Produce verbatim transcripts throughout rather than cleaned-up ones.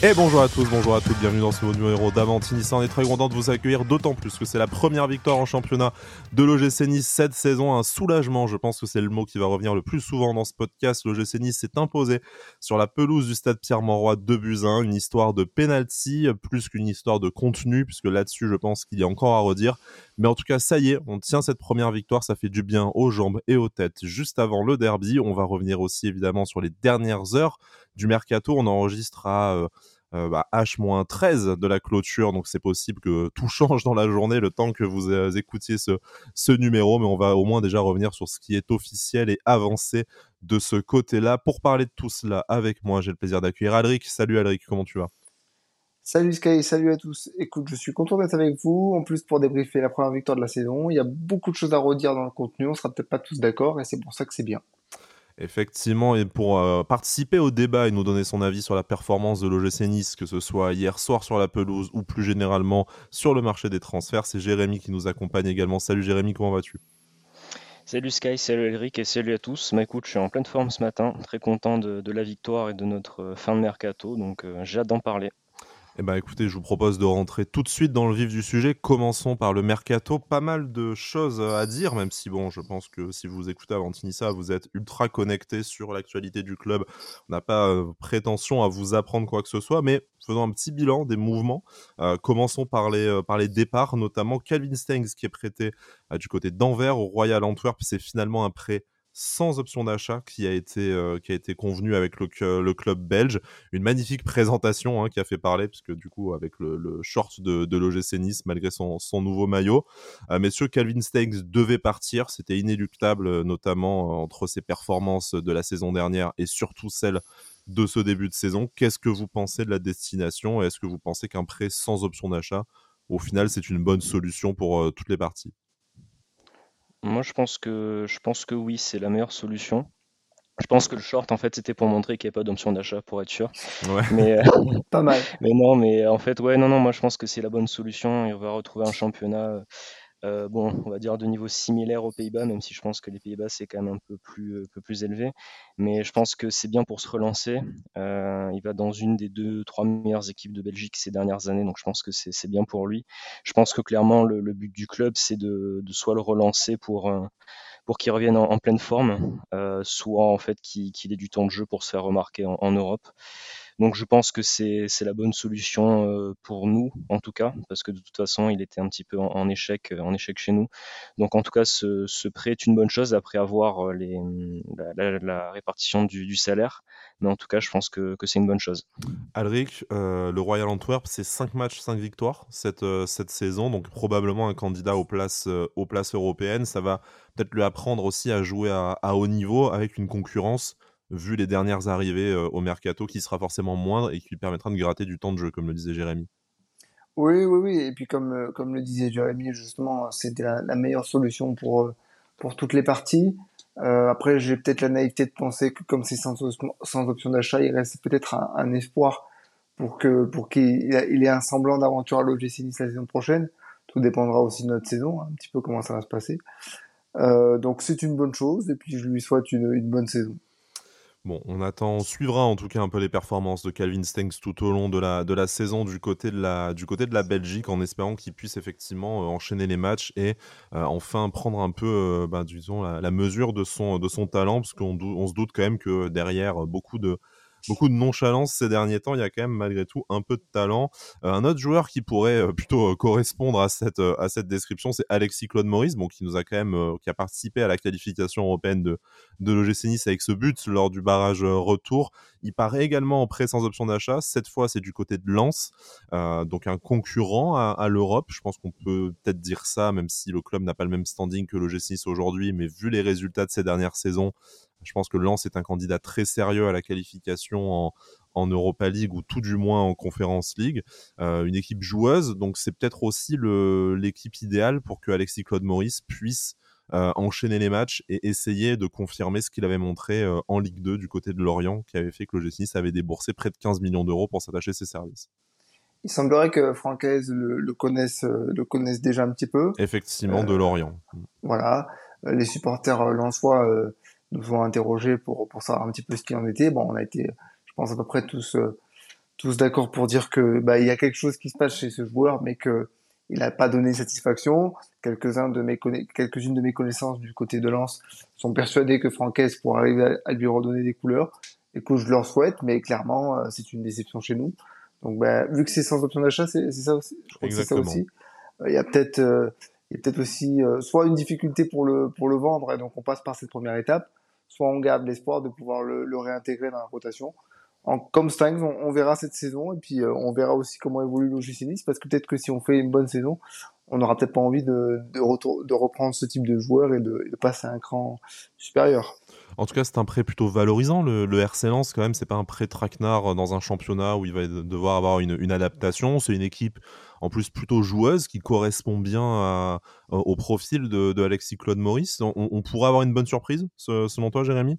Et bonjour à tous, bonjour à toutes, bienvenue dans ce nouveau numéro d'Avanti Nice. On est très content de vous accueillir, d'autant plus que c'est la première victoire en championnat de l'O G C Nice cette saison. Un soulagement, je pense que c'est le mot qui va revenir le plus souvent dans ce podcast. L'O G C Nice s'est imposé sur la pelouse du stade Pierre-Mauroy deux buts à un, une histoire de penalty plus qu'une histoire de contenu, puisque là-dessus je pense qu'il y a encore à redire. Mais en tout cas, ça y est, on tient cette première victoire, ça fait du bien aux jambes et aux têtes juste avant le derby. On va revenir aussi évidemment sur les dernières heures du mercato. On enregistre à euh, euh, bah, H treize de la clôture, donc c'est possible que tout change dans la journée le temps que vous euh, écoutiez ce, ce numéro, mais on va au moins déjà revenir sur ce qui est officiel et avancé de ce côté-là. Pour parler de tout cela avec moi, j'ai le plaisir d'accueillir Alric. Salut Alric, comment tu vas ? Salut Sky, salut à tous. Écoute, je suis content d'être avec vous, en plus pour débriefer la première victoire de la saison. Il y a beaucoup de choses à redire dans le contenu, on sera peut-être pas tous d'accord et c'est pour ça que c'est bien. Effectivement, et pour euh, participer au débat et nous donner son avis sur la performance de l'O G C Nice, que ce soit hier soir sur la pelouse ou plus généralement sur le marché des transferts, c'est Jérémy qui nous accompagne également. Salut Jérémy, comment vas-tu ? Salut Sky, salut Eric et salut à tous. Bah écoute, je suis en pleine forme ce matin, très content de, de la victoire et de notre euh, fin de mercato, donc euh, j'ai hâte d'en parler. Eh ben, écoutez, je vous propose de rentrer tout de suite dans le vif du sujet. Commençons par le mercato. Pas mal de choses à dire, même si, bon, je pense que si vous écoutez Avantinissa, vous êtes ultra connecté sur l'actualité du club. On n'a pas euh, prétention à vous apprendre quoi que ce soit, mais faisons un petit bilan des mouvements. Euh, commençons par les, euh, par les départs, notamment Calvin Stengs qui est prêté euh, du côté d'Anvers au Royal Antwerp. C'est finalement un prêt sans option d'achat qui a été euh, qui a été convenu avec le, le club belge. Une magnifique présentation hein, qui a fait parler, puisque du coup avec le, le short de, de l'O G C Nice malgré son, son nouveau maillot. Euh, messieurs, Calvin Stengs devait partir, c'était inéluctable, euh, notamment euh, entre ses performances de la saison dernière et surtout celles de ce début de saison. Qu'est-ce que vous pensez de la destination et est-ce que vous pensez qu'un prêt sans option d'achat, au final, c'est une bonne solution pour euh, toutes les parties ? Moi je pense que je pense que oui, c'est la meilleure solution. Je pense que le short en fait c'était pour montrer qu'il n'y avait pas d'option d'achat pour être sûr. Ouais. Mais, euh, Pas mal. mais non, mais en fait ouais non non moi je pense que c'est la bonne solution et on va retrouver un championnat Euh, bon, on va dire de niveau similaire aux Pays-Bas, même si je pense que les Pays-Bas c'est quand même un peu plus, euh, peu plus élevé. Mais je pense que c'est bien pour se relancer. Euh, il va dans une des deux, trois meilleures équipes de Belgique ces dernières années, donc je pense que c'est c'est bien pour lui. Je pense que clairement le, le but du club c'est de, de soit le relancer pour, euh, pour qu'il revienne en, en pleine forme, euh, soit en fait qu'il qu'il ait du temps de jeu pour se faire remarquer en, en Europe. Donc je pense que c'est c'est la bonne solution euh, pour nous en tout cas, parce que de toute façon il était un petit peu en, en échec, en échec chez nous. Donc en tout cas ce, ce prêt est une bonne chose après avoir euh, les, la, la- la répartition du, du salaire. Mais en tout cas je pense que, que c'est une bonne chose. Alric, euh, le Royal Antwerp, c'est cinq matchs, cinq victoires cette, euh, cette saison, donc probablement un candidat aux places, euh, aux places européennes. Ça va peut-être lui apprendre aussi à jouer à, à haut niveau avec une concurrence, vu les dernières arrivées euh, au mercato, qui sera forcément moindre et qui lui permettra de gratter du temps de jeu, comme le disait Jérémy. Oui, oui, oui. Et puis comme, euh, comme le disait Jérémy, justement, c'était la, la meilleure solution pour, euh, pour toutes les parties. Euh, après, j'ai peut-être la naïveté de penser que comme c'est sans, sans option d'achat, il reste peut-être un, un espoir pour que pour qu'il il ait un semblant d'aventure à l'O G C Nice la saison prochaine. Tout dépendra aussi de notre saison, hein, un petit peu comment ça va se passer. Euh, donc c'est une bonne chose et puis je lui souhaite une, une bonne saison. Bon, on attend, on suivra en tout cas un peu les performances de Calvin Stengs tout au long de la, de la saison du côté de la, du côté de la Belgique, en espérant qu'il puisse effectivement euh, enchaîner les matchs et euh, enfin prendre un peu, euh, bah, disons, la, la mesure de son, de son talent, parce qu'on dou- on se doute quand même que derrière beaucoup de, beaucoup de nonchalance ces derniers temps, il y a quand même malgré tout un peu de talent. Euh, un autre joueur qui pourrait euh, plutôt euh, correspondre à cette, euh, à cette description, c'est Alexis Claude Maurice, bon, qui nous a quand même, euh, qui a participé à la qualification européenne de de l'O G C Nice avec ce but lors du barrage retour. Il part également en prêt sans option d'achat. Cette fois, c'est du côté de Lens, euh, donc un concurrent à, à l'Europe. Je pense qu'on peut peut-être dire ça, même si le club n'a pas le même standing que l'O G C Nice aujourd'hui, mais vu les résultats de ces dernières saisons, je pense que Lens est un candidat très sérieux à la qualification en, en Europa League ou tout du moins en Conference League. Euh, une équipe joueuse, donc c'est peut-être aussi le, l'équipe idéale pour que Alexis Claude Maurice puisse euh, enchaîner les matchs et essayer de confirmer ce qu'il avait montré euh, en Ligue deux du côté de Lorient, qui avait fait que l'O G C Nice avait déboursé près de quinze millions d'euros pour s'attacher ses services. Il semblerait que Francaise le, le connaisse euh, le connaisse déjà un petit peu. Effectivement, de Euh, Lorient. voilà, Euh, les supporters euh, lensois euh, nous ont interrogés pour pour savoir un petit peu ce qu'il en était. Bon, on a été, je pense à peu près tous euh, tous d'accord pour dire que bah il y a quelque chose qui se passe chez ce joueur, mais que il n'a pas donné satisfaction. Quelques-uns de mes conna- quelques-unes de mes connaissances du côté de Lens sont persuadés que Francaise pourra arriver à, à lui redonner des couleurs et que je leur souhaite, mais clairement euh, c'est une déception chez nous. Donc bah, vu que c'est sans option d'achat, c'est c'est ça aussi. Je crois que c'est ça Exactement. aussi. Euh, Il y a peut-être euh, il y a peut-être aussi euh, soit une difficulté pour le pour le vendre et donc on passe par cette première étape, soit on garde l'espoir de pouvoir le, le réintégrer dans la rotation. En, comme Stangs, on, on verra cette saison et puis euh, on verra aussi comment évolue l'O G C Nice parce que peut-être que si on fait une bonne saison, on n'aura peut-être pas envie de, de, retour, de reprendre ce type de joueur et de, et de passer à un cran supérieur. En tout cas, c'est un prêt plutôt valorisant. Le, le R C Lens, quand même, c'est pas un prêt traquenard dans un championnat où il va devoir avoir une, une adaptation. C'est une équipe, en plus, plutôt joueuse qui correspond bien à, au profil de, de Alexis Claude Maurice. On, on pourrait avoir une bonne surprise, selon toi, Jérémy?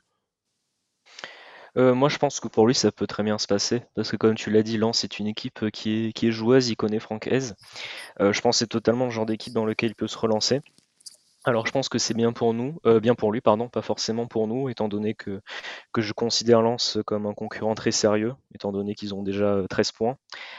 Euh, moi, je pense que pour lui, ça peut très bien se passer. Parce que, comme tu l'as dit, Lens est une équipe qui est, qui est joueuse. Il connaît Francaise. Euh, je pense que c'est totalement le genre d'équipe dans lequel il peut se relancer. Alors, je pense que c'est bien pour nous, euh, bien pour lui, pardon, pas forcément pour nous, étant donné que, que je considère Lens comme un concurrent très sérieux, étant donné qu'ils ont déjà euh, treize points.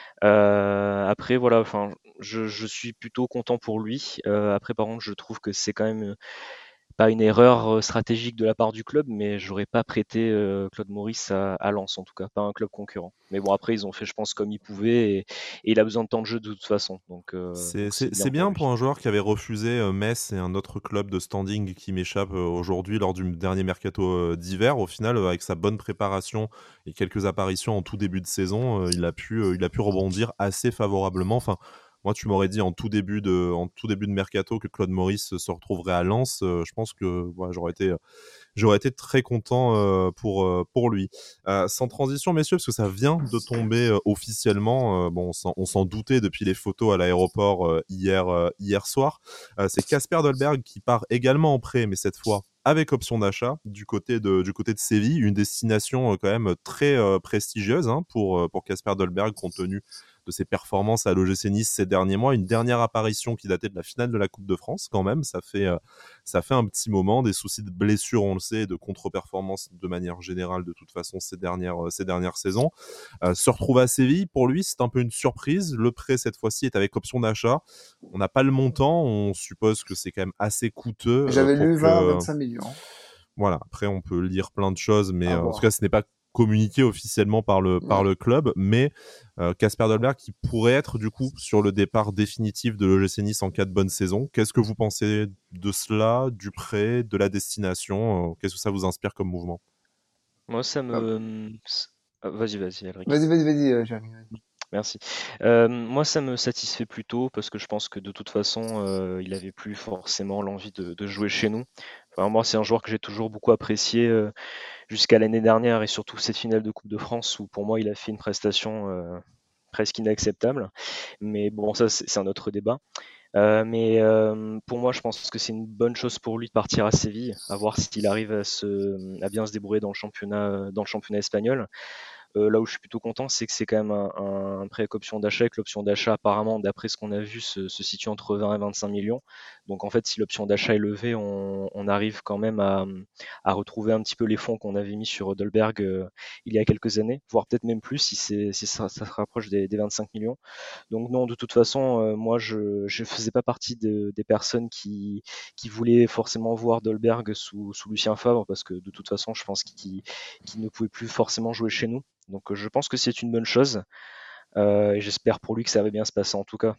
Euh, après, voilà, enfin, je, je suis plutôt content pour lui. Euh, après, par contre, je trouve que c'est quand même pas une erreur euh, stratégique de la part du club, mais j'aurais pas prêté euh, Claude Maurice à, à Lens, en tout cas, pas un club concurrent. Mais bon, après, ils ont fait, je pense, comme ils pouvaient, et, et il a besoin de temps de jeu de toute façon, donc euh, C'est donc c'est c'est- bien c'est pour bien lui. pour un joueur qui avait refusé euh, Metz et un autre club de standing qui m'échappe euh, aujourd'hui lors du dernier mercato euh, d'hiver. Au final, euh, avec sa bonne préparation et quelques apparitions en tout début de saison, euh, il a pu, euh, il a pu rebondir assez favorablement. Enfin, moi, tu m'aurais dit en tout début de, en tout début de mercato que Claude Maurice se retrouverait à Lens. Euh, je pense que voilà, j'aurais été euh, j'aurais été très content euh, pour, euh, pour lui. Euh, sans transition, messieurs, parce que ça vient de tomber euh, officiellement, euh, bon, on s'en, on s'en doutait depuis les photos à l'aéroport euh, hier, euh, hier soir, euh, c'est Casper Dolberg qui part également en prêt, mais cette fois avec option d'achat du côté de, du côté de Séville, une destination euh, quand même très euh, prestigieuse hein, pour, euh, pour Casper Dolberg compte tenu de ses performances à l'O G C Nice ces derniers mois. Une dernière apparition qui datait de la finale de la Coupe de France quand même, ça fait, euh, ça fait un petit moment. Des soucis de blessure, on le sait, de contre-performance de manière générale de toute façon ces dernières, euh, ces dernières saisons. Euh, se retrouver à Séville, pour lui, c'est un peu une surprise. Le prêt, cette fois-ci, est avec option d'achat. On n'a pas le montant, on suppose que c'est quand même assez coûteux euh, J'avais pour lu vingt à que... vingt-cinq millions Voilà, après on peut lire plein de choses, mais à euh, en tout cas voir. ce n'est pas communiqué officiellement par le, par Ouais. le club, mais Casper euh, Dolberg qui pourrait être du coup sur le départ définitif de l'O G C Nice en cas de bonne saison. Qu'est-ce que vous pensez de cela, du prêt, de la destination euh, Qu'est-ce que ça vous inspire comme mouvement? Moi, ça Ah, me... Ah, vas-y, vas-y, Alric. vas-y, vas-y, vas-y, euh, Jérémy. Merci. Euh, moi, ça me satisfait plutôt parce que je pense que de toute façon, euh, il avait plus forcément l'envie de, de jouer chez nous. Enfin, moi, c'est un joueur que j'ai toujours beaucoup apprécié euh, jusqu'à l'année dernière et surtout cette finale de Coupe de France où pour moi, il a fait une prestation euh, presque inacceptable. Mais bon, ça, c'est c'est un autre débat. Euh, mais euh, pour moi, je pense que c'est une bonne chose pour lui de partir à Séville, à voir s'il arrive à, se, à bien se débrouiller dans le championnat, dans le championnat espagnol. Euh, là où je suis plutôt content, c'est que c'est quand même un, un, un prêt avec option d'achat. Et que l'option d'achat, apparemment, d'après ce qu'on a vu, se, se situe entre vingt et vingt-cinq millions. Donc en fait, si l'option d'achat est levée, on, on arrive quand même à, à retrouver un petit peu les fonds qu'on avait mis sur Dolberg euh, il y a quelques années, voire peut-être même plus si, c'est, si ça, ça se rapproche des, des vingt-cinq millions. Donc non, de toute façon, euh, moi, je ne faisais pas partie de, des personnes qui, qui voulaient forcément voir Dolberg sous, sous Lucien Favre, parce que de toute façon, je pense qu'il, qu'il ne pouvait plus forcément jouer chez nous. Donc euh, je pense que c'est une bonne chose, euh, et j'espère pour lui que ça va bien se passer en tout cas.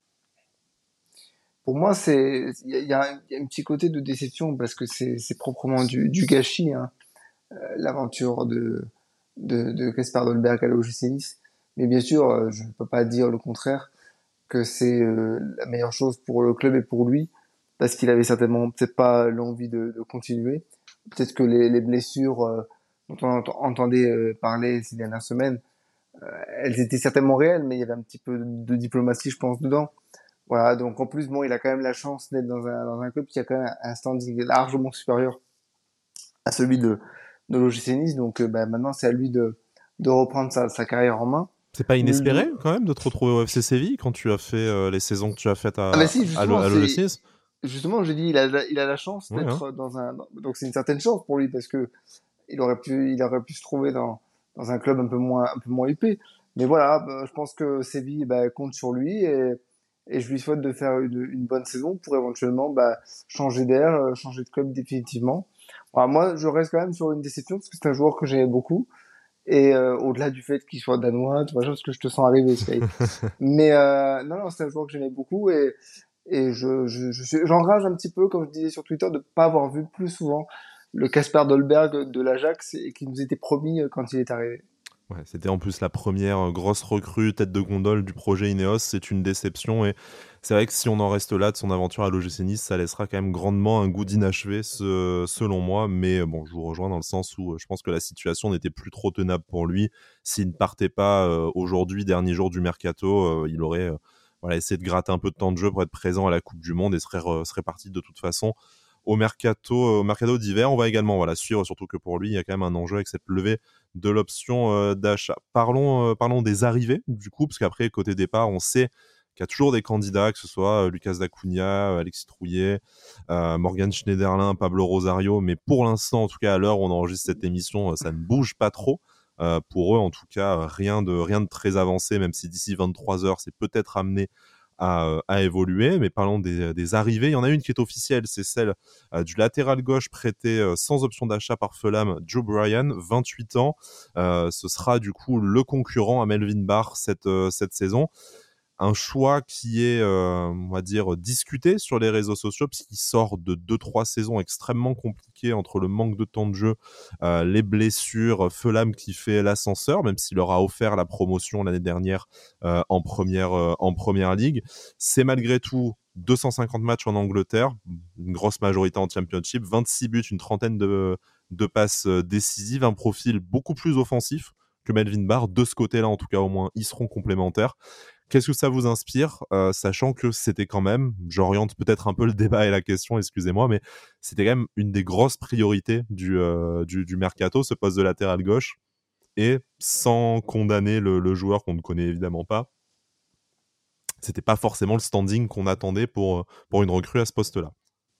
Pour moi, c'est il y a, y a un, y a un petit côté de déception parce que c'est c'est proprement du, du gâchis, hein, euh, l'aventure de de de Casper Dolberg à l'O G C Nice. Mais bien sûr, euh, je ne peux pas dire le contraire que c'est euh, la meilleure chose pour le club et pour lui parce qu'il avait certainement peut-être pas l'envie de, de continuer. Peut-être que les, les blessures euh, dont on ent- entendait euh, parler ces dernières semaines, euh, elles étaient certainement réelles, mais il y avait un petit peu de diplomatie, je pense, dedans. Voilà, donc en plus, bon, il a quand même la chance d'être dans un, dans un club qui a quand même un standing largement supérieur à celui de, de l'O G C Nice. Donc euh, bah, maintenant, c'est à lui de, de reprendre sa, sa carrière en main. C'est pas Nul doute. inespéré quand même de te retrouver au F C Séville quand tu as fait euh, les saisons que tu as faites Ah bah à, si, à, justement, l'O G C c'est Nice? justement, j'ai dit, il a, il a la chance Ouais, hein. d'être dans un, donc c'est une certaine chance pour lui parce que il aurait pu, il aurait pu se trouver dans, dans un club un peu moins, un peu moins huppé. mais voilà, bah, je pense que Séville bah, compte sur lui et, et je lui souhaite de faire une, une bonne saison pour éventuellement bah, changer d'air, euh, changer de club définitivement. Voilà, moi, je reste quand même sur une déception parce que c'est un joueur que j'aimais beaucoup. Et euh, au-delà du fait qu'il soit danois, tu vois, parce que je te sens arriver, Sky. Mais euh, non, non, c'est un joueur que j'aimais beaucoup et, et je, je, je suis, j'enrage un petit peu, comme je disais sur Twitter, de pas avoir vu plus souvent le Casper Dolberg de l'Ajax et qui nous était promis euh, quand il est arrivé. Ouais, c'était en plus la première euh, grosse recrue tête de gondole du projet Ineos. C'est une déception et c'est vrai que si on en reste là de son aventure à l'O G C Nice, ça laissera quand même grandement un goût d'inachevé ce- selon moi. Mais euh, bon, je vous rejoins dans le sens où euh, je pense que la situation n'était plus trop tenable pour lui. S'il ne partait pas euh, aujourd'hui, dernier jour du mercato, euh, il aurait euh, voilà, essayé de gratter un peu de temps de jeu pour être présent à la Coupe du Monde et serait, re- serait parti de toute façon au mercato, au mercato d'hiver. On va également voilà, suivre, surtout que pour lui, il y a quand même un enjeu avec cette levée de l'option euh, d'achat. Parlons, euh, parlons des arrivées, du coup, parce qu'après, côté départ, on sait qu'il y a toujours des candidats, que ce soit euh, Lucas Dacunia, euh, Alexis Trouillet, euh, Morgan Schneiderlin, Pablo Rosario, mais pour l'instant, en tout cas à l'heure où on enregistre cette émission, euh, ça ne bouge pas trop. Euh, pour eux, en tout cas, euh, rien de, rien de très avancé, même si d'ici vingt-trois heures, c'est peut-être amené à, euh, à évoluer. Mais parlons des, des arrivées. Il y en a une qui est officielle, c'est celle euh, du latéral gauche prêté euh, sans option d'achat par Fulham, Joe Bryan, vingt-huit ans. Euh, ce sera du coup le concurrent à Melvin Barr cette, euh, cette saison. Un choix qui est, euh, on va dire, discuté sur les réseaux sociaux, puisqu'il sort de deux trois saisons extrêmement compliquées entre le manque de temps de jeu, euh, les blessures, Fulham qui fait l'ascenseur, même s'il leur a offert la promotion l'année dernière euh, en, première, euh, en première ligue. C'est malgré tout deux cent cinquante matchs en Angleterre, une grosse majorité en Championship, vingt-six buts, une trentaine de, de passes décisives, un profil beaucoup plus offensif que Melvin Barr. De ce côté-là, en tout cas, au moins, ils seront complémentaires. Qu'est-ce que ça vous inspire, euh, sachant que c'était quand même, j'oriente peut-être un peu le débat et la question, excusez-moi, mais c'était quand même une des grosses priorités du, euh, du, du mercato, ce poste de latéral gauche, et sans condamner le, le joueur qu'on ne connaît évidemment pas, c'était pas forcément le standing qu'on attendait pour, pour une recrue à ce poste-là.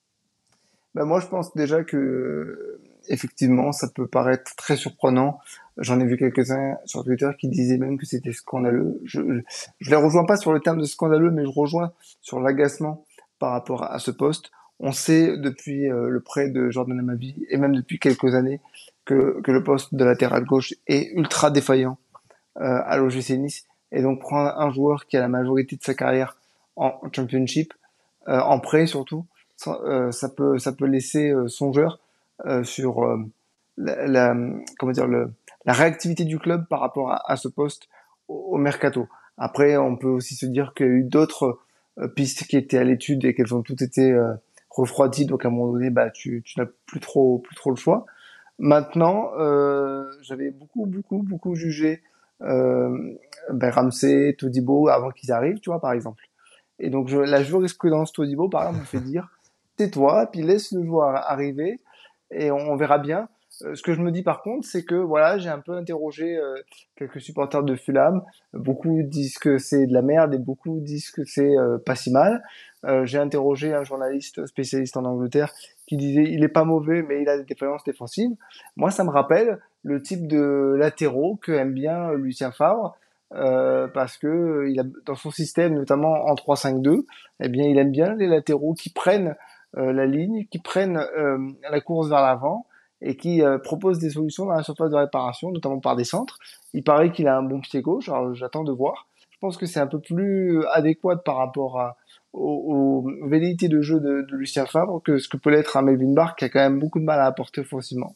Bah, moi, je pense déjà que, euh, effectivement, ça peut paraître très surprenant. J'en ai vu quelques-uns sur Twitter qui disaient même que c'était scandaleux. Je, je, je les rejoins pas sur le terme de scandaleux, mais je rejoins sur l'agacement par rapport à, à ce poste. On sait depuis euh, le prêt de Jordan Amavi et même depuis quelques années que, que le poste de latéral gauche est ultra défaillant euh, à l'O G C Nice. Et donc prendre un joueur qui a la majorité de sa carrière en Championship, euh, en prêt surtout, ça, euh, ça peut ça peut laisser euh, songeur euh, sur euh, la, la comment dire le la réactivité du club par rapport à, à ce poste au, au mercato. Après, on peut aussi se dire qu'il y a eu d'autres euh, pistes qui étaient à l'étude et qu'elles ont toutes été euh, refroidies. Donc à un moment donné, bah tu tu n'as plus trop plus trop le choix. Maintenant, euh, j'avais beaucoup beaucoup beaucoup jugé euh, ben Ramsey, Todibo avant qu'ils arrivent, tu vois par exemple. Et donc, je, la jurisprudence Todibo, par exemple, me fait dire, tais-toi, puis laisse le joueur arriver, et on, on verra bien. Euh, ce que je me dis par contre, c'est que voilà, j'ai un peu interrogé euh, quelques supporters de Fulham. Beaucoup disent que c'est de la merde et beaucoup disent que c'est euh, pas si mal. Euh, j'ai interrogé un journaliste spécialiste en Angleterre qui disait il est pas mauvais, mais il a des défaillances défensives. Moi, ça me rappelle le type de latéraux que aime bien Lucien Favre. Euh, parce que euh, il a, dans son système, notamment en trois cinq deux, eh bien, il aime bien les latéraux qui prennent euh, la ligne, qui prennent euh, la course vers l'avant et qui euh, proposent des solutions dans la surface de réparation, notamment par des centres. Il paraît qu'il a un bon pied gauche, alors j'attends de voir. Je pense que c'est un peu plus adéquat par rapport à, aux, aux velléités de jeu de, de Lucien Favre que ce que peut l'être un Melvin Barr qui a quand même beaucoup de mal à apporter offensivement.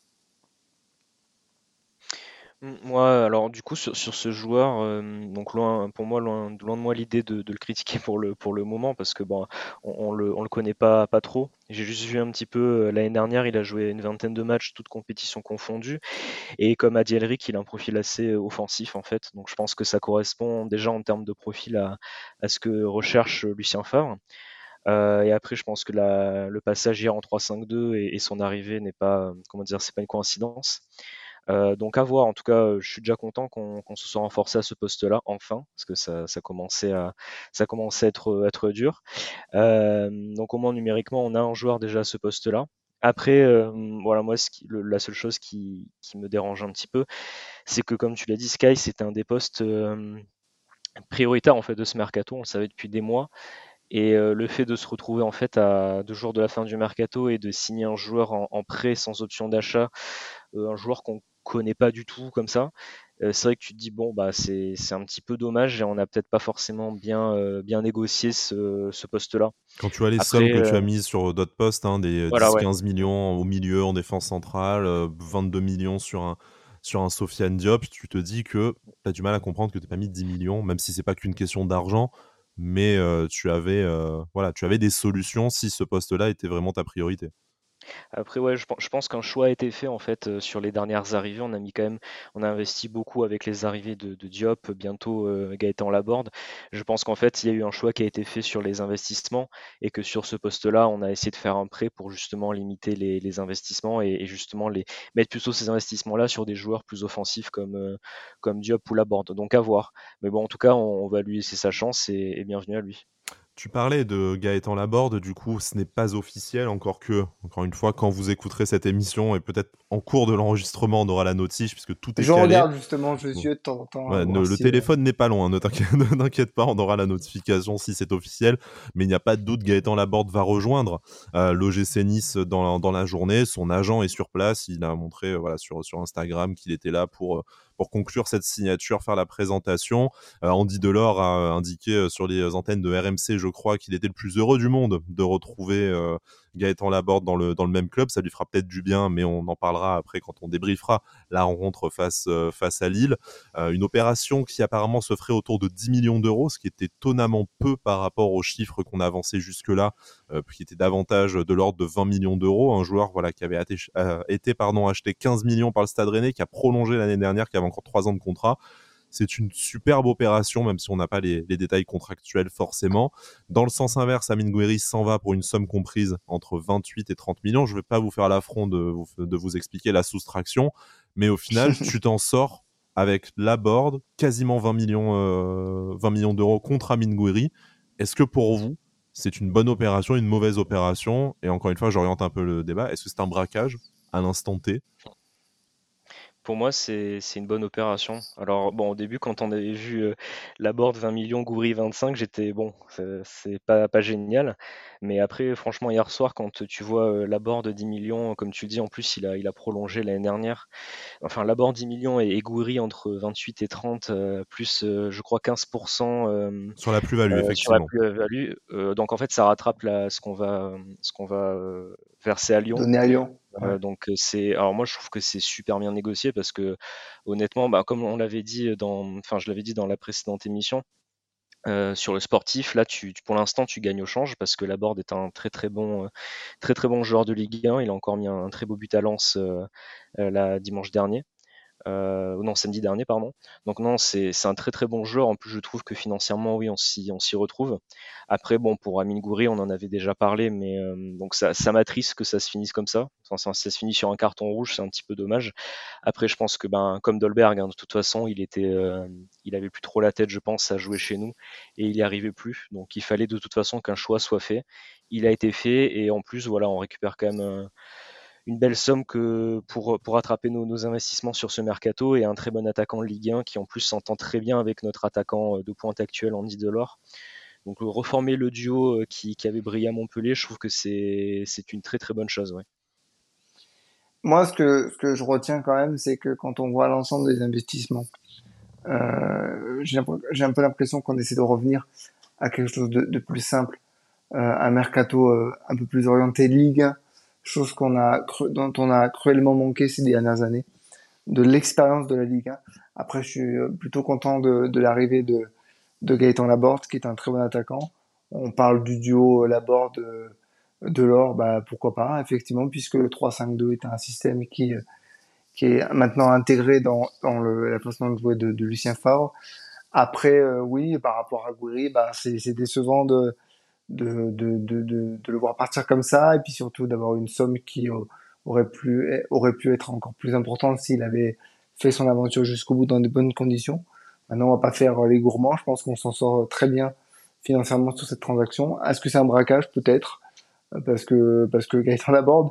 Mm, Moi, alors du coup, sur, sur ce joueur, euh, donc loin, pour moi, loin, loin de moi l'idée de, de le critiquer pour le, pour le moment, parce que bon, on, on le, on le connaît pas, pas trop. J'ai juste vu un petit peu euh, l'année dernière, il a joué une vingtaine de matchs, toutes compétitions confondues, et comme a dit Elric, il a un profil assez euh, offensif en fait. Donc je pense que ça correspond déjà en termes de profil à, à ce que recherche Lucien Favre. Euh, et après, je pense que la, le passage hier en trois cinq deux et, et son arrivée n'est pas, euh, comment dire, c'est pas une coïncidence. Euh, donc à voir. En tout cas, euh, je suis déjà content qu'on qu'on se soit renforcé à ce poste-là, enfin, parce que ça, ça commençait à, ça commençait à être, être dur. Euh, donc au moins numériquement, on a un joueur déjà à ce poste-là. Après, euh, voilà, moi, ce qui- le- la seule chose qui, qui me dérange un petit peu, c'est que, comme tu l'as dit, Sky, c'était un des postes euh, prioritaires en fait de ce mercato. On le savait depuis des mois. Et euh, le fait de se retrouver en fait à deux jours de la fin du mercato et de signer un joueur en, en prêt sans option d'achat, euh, un joueur qu'on connaît pas du tout comme ça, euh, c'est vrai que tu te dis bon bah c'est c'est un petit peu dommage et on n'a peut-être pas forcément bien euh, bien négocié ce, ce poste-là. Quand tu vois les sommes Après que tu euh, as mises sur d'autres postes, hein, des voilà dix ouais. quinze millions au milieu en défense centrale, euh, vingt-deux millions sur un, sur un Sofiane Diop, tu te dis que tu as du mal à comprendre que tu n'as pas mis dix millions, même si c'est pas qu'une question d'argent, mais euh, tu, avais, euh, voilà, tu avais des solutions si ce poste-là était vraiment ta priorité. Après, ouais, je, pen- je pense qu'un choix a été fait en fait euh, sur les dernières arrivées. On a mis quand même, on a investi beaucoup avec les arrivées de, de Diop, bientôt euh, Gaëtan Laborde. Je pense qu'en fait, il y a eu un choix qui a été fait sur les investissements et que sur ce poste-là, on a essayé de faire un prêt pour justement limiter les, les investissements et, et justement les mettre plutôt ces investissements-là sur des joueurs plus offensifs comme, euh, comme Diop ou Laborde. Donc à voir. Mais bon, en tout cas, on, on va lui laisser sa chance et, et bienvenue à lui. Tu parlais de Gaëtan Laborde, du coup, ce n'est pas officiel, encore que, encore une fois, quand vous écouterez cette émission, et peut-être en cours de l'enregistrement, on aura la notice, puisque tout est Je calé. regarde justement, je Bon. suis de temps en temps à Ouais, ne- voir le si. euh, téléphone n'est pas loin, ne t'inquiète, ne t'inquiète pas, on aura la notification si c'est officiel, mais il n'y a pas de doute, Gaëtan Laborde va rejoindre euh, l'O G C Nice dans, dans la journée, son agent est sur place, il a montré euh, voilà, sur, sur Instagram qu'il était là pour, euh, pour conclure cette signature, faire la présentation. Euh, Andy Delors a indiqué euh, sur les antennes de R M C, je crois, qu'il était le plus heureux du monde de retrouver euh, Gaëtan Laborde dans le, dans le même club, ça lui fera peut-être du bien, mais on en parlera après quand on débriefera la rencontre face, euh, face à Lille. Euh, une opération qui apparemment se ferait autour de dix millions d'euros, ce qui est étonnamment peu par rapport aux chiffres qu'on a avancés jusque-là, euh, qui étaient davantage de l'ordre de vingt millions d'euros. Un joueur voilà, qui avait atte- euh, été pardon, acheté quinze millions par le Stade Rennais, qui a prolongé l'année dernière, qui avait encore trois ans de contrat. C'est une superbe opération, même si on n'a pas les, les détails contractuels forcément. Dans le sens inverse, Amine Gouiri s'en va pour une somme comprise entre vingt-huit et trente millions. Je ne vais pas vous faire l'affront de vous, de vous expliquer la soustraction, mais au final, tu t'en sors avec Laborde, quasiment vingt millions, euh, vingt millions d'euros contre Amine Gouiri. Est-ce que pour vous, c'est une bonne opération, une mauvaise opération? Et encore une fois, j'oriente un peu le débat. Est-ce que c'est un braquage à l'instant T? Pour moi, c'est c'est une bonne opération. Alors, bon, au début, quand on avait vu euh, Laborde vingt millions, Gouiri vingt-cinq, j'étais bon, c'est c'est pas, pas génial. Mais après, franchement, hier soir, quand tu vois euh, Laborde dix millions, comme tu dis, en plus, il a, il a prolongé l'année dernière. Enfin, Laborde dix millions et, et Gouiri entre vingt-huit et trente, euh, plus, euh, je crois, quinze pour cent euh, Sur la plus-value, euh, sur la effectivement. plus-value. Euh, donc, en fait, ça rattrape la, ce qu'on va, ce qu'on va euh, verser à Lyon. Donné à Lyon. Ouais. Euh, donc euh, c'est, alors moi je trouve que c'est super bien négocié parce que honnêtement, bah, comme on l'avait dit dans, enfin je l'avais dit dans la précédente émission, euh, sur le sportif, là tu, tu- pour l'instant tu gagnes au change parce que Laborde est un très très bon, euh, très très bon joueur de Ligue un. Il a encore mis un, un très beau but à Lens euh, euh, là, dimanche dernier. Euh, non, samedi dernier, pardon. Donc non, c'est c'est un très très bon joueur. En plus, je trouve que financièrement, oui, on s'y on s'y retrouve. Après, bon, pour Amine Gouiri, on en avait déjà parlé, mais euh, donc ça, ça m'attriste que ça se finisse comme ça. Enfin, ça, ça se finit sur un carton rouge, c'est un petit peu dommage. Après, je pense que ben comme Dolberg, hein, de toute façon, il était, euh, il avait plus trop la tête, je pense, à jouer chez nous, et il y arrivait plus. Donc il fallait de toute façon qu'un choix soit fait. Il a été fait, et en plus, voilà, on récupère quand même. euh, une belle somme que pour, pour rattraper nos, nos investissements sur ce mercato et un très bon attaquant de Ligue un qui en plus s'entend très bien avec notre attaquant euh, de pointe actuel, Andy Delors. Donc euh, reformer le duo euh, qui, qui avait brillé à Montpellier, je trouve que c'est c'est une très très bonne chose. Ouais. Moi, ce que, ce que je retiens quand même, c'est que quand on voit l'ensemble des investissements, euh, j'ai un peu j'ai un peu l'impression qu'on essaie de revenir à quelque chose de, de plus simple, euh, un mercato euh, un peu plus orienté Ligue un, chose qu'on a cru- dont on a cruellement manqué ces dernières années, de l'expérience de la Ligue un. Après, je suis euh, plutôt content de, de l'arrivée de, de Gaëtan Laborde, qui est un très bon attaquant. On parle du duo Laborde euh, Delors, bah pourquoi pas, effectivement, puisque le trois cinq deux est un système qui euh, qui est maintenant intégré dans, dans le, la façon de jouer de, de Lucien Favre. Après, euh, oui, par rapport à Gouiri, bah, c'est, c'est décevant de, de, de, de, de, de le voir partir comme ça, et puis surtout d'avoir une somme qui euh, aurait pu, aurait pu être encore plus importante s'il avait fait son aventure jusqu'au bout dans de bonnes conditions. Maintenant, on va pas faire les gourmands. Je pense qu'on s'en sort très bien financièrement sur cette transaction. Est-ce que c'est un braquage? Peut-être, parce que parce que Gaëtan Laborde,